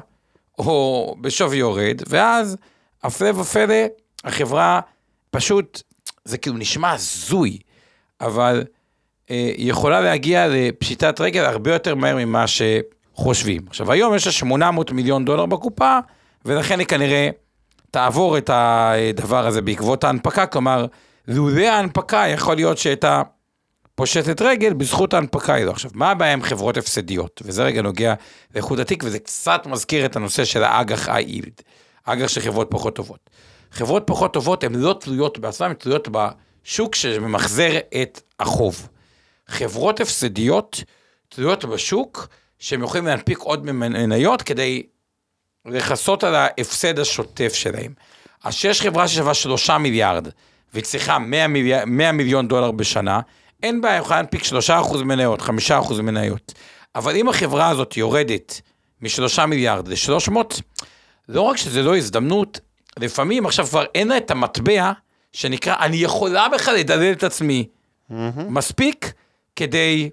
או בשווי יורד, ואז הפלא ופלא, החברה פשוט, זה כאילו נשמע זוי, אבל היא יכולה להגיע לפשיטת רגל הרבה יותר מהר ממה שחושבים. עכשיו, היום יש לה $800 מיליון בקופה, ולכן היא כנראה תעבור את הדבר הזה בעקבות ההנפקה, כלומר, לולא ההנפקה יכול להיות שהייתה פושטת רגל בזכות ההנפקה הזו. עכשיו, מה הבעיה עם חברות הפסדיות? וזה רגע נוגע לאיכות התיק, וזה קצת מזכיר את הנושא של האג"ח היילד, אג"ח של חברות פחות טובות. חברות פחות טובות הן לא תלויות בעצמן, הן תלויות בשוק שממחזר את החוב. חברות הפסדיות תלויות בשוק, שהם יכולים להנפיק עוד מניות כדי לחסות על ההפסד השוטף שלהם. אז שיש חברה ששווה 3 מיליארד, והיא צריכה $100 מיליון בשנה, אין בעיה, יכולה להנפיק 3% מניות, 5% מניות. אבל אם החברה הזאת יורדת מ3 מיליארד ל300, לא רק שזה לא הזדמנות, לפעמים עכשיו כבר אין לה את המטבע, שנקרא, אני יכולה בכלל לדלל את עצמי, מספיק כדי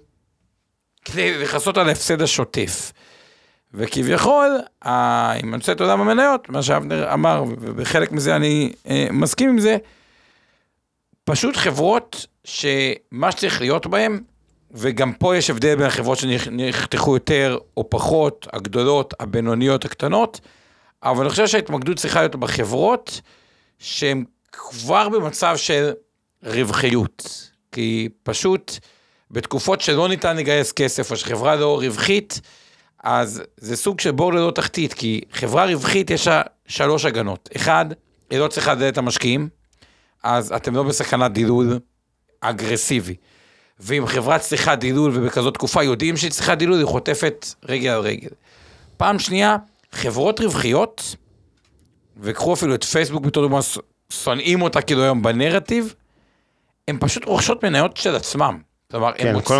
לחסות על ההפסד השוטף. וכביכול, אם אני רוצה את עולם המניות, מה שאבנר אמר, ובחלק מזה אני מסכים עם זה, פשוט חברות שמה שצריך להיות בהן, וגם פה יש הבדל בין החברות שנחתכו יותר או פחות, הגדולות, הבינוניות, הקטנות, אבל אני חושב שההתמקדות צריכה להיות בחברות, שהן כבר במצב של רווחיות, כי פשוט בתקופות שלא ניתן לגייס כסף, או שחברה לא רווחית, אז זה סוג של בור ללא תחתית, כי חברה רווחית יש לה 3 הגנות. 1, היא לא צריכה לדעת את המשקיעים, אז אתם לא בסכנת דילול אגרסיבי. ואם חברה צריכה דילול, ובכזאת תקופה יודעים שהיא צריכה דילול, היא חוטפת רגל על רגל. פעם שנייה, חברות רווחיות, וקחו אפילו את פייסבוק בתור דוגמה, שונאים אותה כאילו היום בנרטיב, הן פשוט רוכשות מניות של עצמם. כלומר,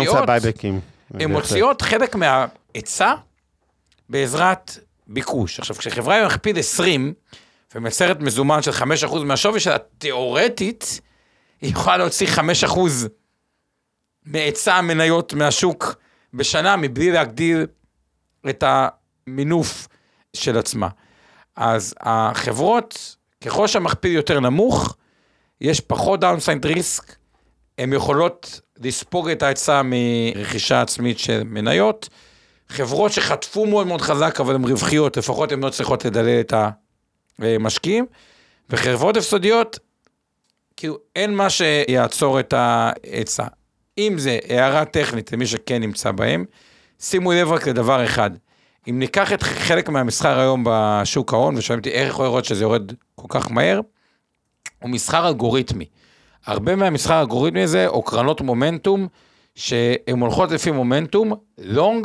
הן מוציאות חלק מההיצע בעזרת ביקוש. עכשיו, כשחברה היא מכפיל 20, ומייצרת מזומן של 5% מהשווי שלה, תיאורטית, היא יכולה להוציא 5% מהיצע המניות מהשוק בשנה, מבלי להגדיל את המינוף של עצמה. אז החברות, ככל שהמכפיל יותר נמוך, יש פחות דאונסייד ריסק, הן יכולות לספוג את ההיצע מרכישה עצמית של מניות, חברות שחטפו מאוד מאוד חזק, אבל הן רווחיות, לפחות הן לא צריכות לדלל את המשקיעים, וחברות הפסדיות, כאילו אין מה שיעצור את ההיצע. אם זה הערה טכנית למי שכן נמצא בהם, שימו לב רק לדבר אחד, אם ניקח את חלק מהמסחר היום בשוק ההון, ושואלים אותי איך יכול לראות שזה יורד כל כך מהר, הוא מסחר אלגוריתמי. הרבה מהמסחר האלגוריתמי הזה, או קרנות מומנטום, שהן הולכות לפי מומנטום, לונג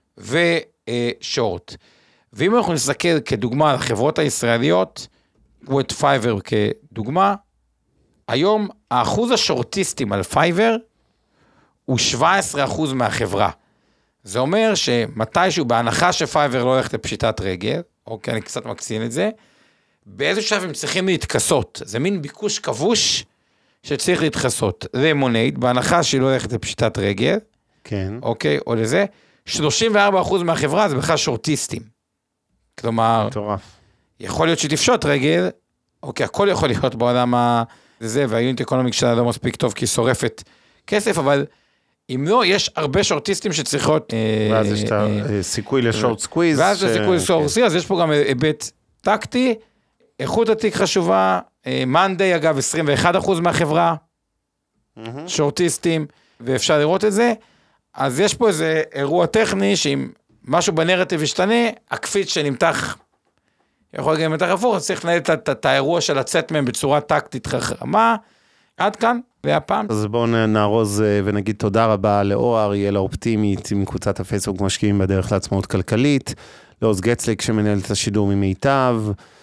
ושורט. ואם אנחנו נסתכל כדוגמה על החברות הישראליות, כמו את פייבר כדוגמה, היום האחוז השורטיסטים על פייבר, הוא 17% מהחברה. זה אומר שמתישהו, בהנחה שפייבר לא הולכת לפשיטת רגל, אוקיי, אני קצת מקצין את זה, באיזה שלב הם צריכים להתכסות. זה מין ביקוש כבוש שצריך להתכסות. למונייד, בהנחה שהיא לא הולכת לפשיטת רגל, כן. אוקיי, או לזה, 34% מהחברה זה בכלל שורטיסטים. כלומר, מטורף. יכול להיות שתפשוט רגל, אוקיי, הכל יכול להיות בעולם הזה, והיונט אקונומיק שלה לא מספיק טוב, כי היא שורפת כסף, אבל אם לא, יש הרבה שורטיסטים שצריכות... ואז יש את הסיכוי לשורט סקוויז. ואז יש סיכוי לשורט סקוויז, אז יש פה גם היבט טקטי, איכות התיק חשובה, מנדי אגב 21% מהחברה, שורטיסטים, ואפשר לראות את זה, אז יש פה איזה אירוע טכני, שאם משהו בנרטיב ישתנה, הקפיץ שנמתח, יכול גם למתח הפוך, אז צריך לנהל את האירוע של לצאת מהם בצורה טקטית חכמה, עד כאן, והפעם. אז בואו נארוז ונגיד תודה רבה לאור אריאל האופטימית, עם קבוצת הפייסבוק משקיעים בדרך לעצמאות כלכלית, לעוז גצליק שמנהל את השידור ממיטב,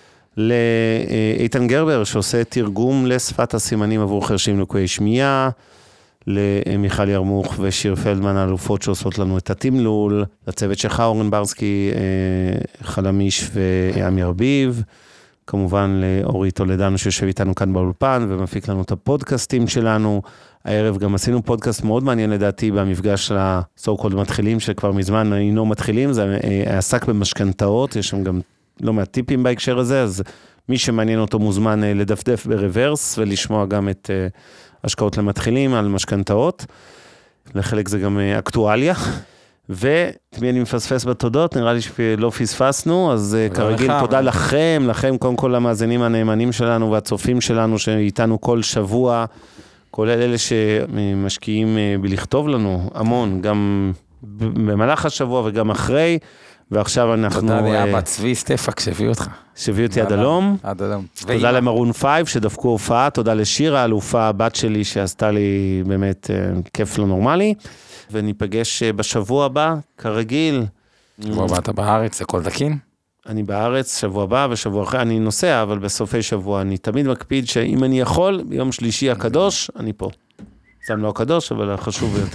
לאיתן גרבר שעושה תרגום לשפת הסימנים עבור חרשים לקויי שמיעה, למיכל ירמוך ושיר פלדמן האלופות שעושות לנו את התמלול, לצוות שלך אורן ברסקי, חלמיש ועמי ארביב, כמובן לאורי תולדנו שיושב איתנו כאן באולפן ומפיק לנו את הפודקאסטים שלנו. הערב גם עשינו פודקאסט מאוד מעניין לדעתי במפגש של ה-so called מתחילים, שכבר מזמן היינו מתחילים, זה עסק במשכנתאות, יש שם גם לא מעט טיפים בהקשר הזה, אז מי שמעניין אותו מוזמן לדפדף ברוורס ולשמוע גם את השקעות למתחילים על משכנתאות, לחלק זה גם אקטואליה, ומי אני מפספס בתודות, נראה לי שלא פספסנו, אז כרגיל תודה לכם, קודם כל למאזינים הנאמנים שלנו והצופים שלנו שאיתנו כל שבוע, כולל אלה שמשקיעים בלכתוב לנו המון, גם במהלך השבוע וגם אחרי, ועכשיו אנחנו... תודה לאבא צבי סטפק שהביא אותך. שהביא אותי עד הלום. עד הלום. תודה למרון 5 שדפקו הופעה, תודה לשירה, האלופה הבת שלי שעשתה לי באמת כיף לא נורמלי, וניפגש בשבוע הבא, כרגיל. שבוע הבא אתה בארץ, זה כל דקין? אני בארץ, שבוע הבא ושבוע אחרי, אני נוסע, אבל בסופי שבוע אני תמיד מקפיד שאם אני יכול, ביום שלישי הקדוש, אני פה. זה לא הקדוש, אבל חשוב ביותר.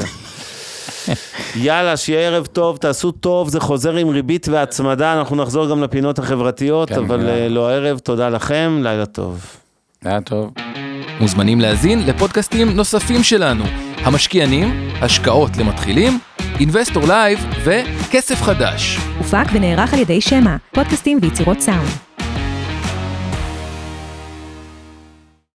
יאללה, שיהיה ערב טוב, תעשו טוב, זה חוזר עם ריבית והצמדה, אנחנו נחזור גם לפינות החברתיות, אבל לא הערב, תודה לכם, לילה טוב. לילה טוב. מוזמנים להזין לפודקאסטים נוספים שלנו, המשקיענים, השקעות למתחילים, Investor Live וכסף חדש. הופק ונערך על ידי שמה, פודקאסטים ויצירות סאונד.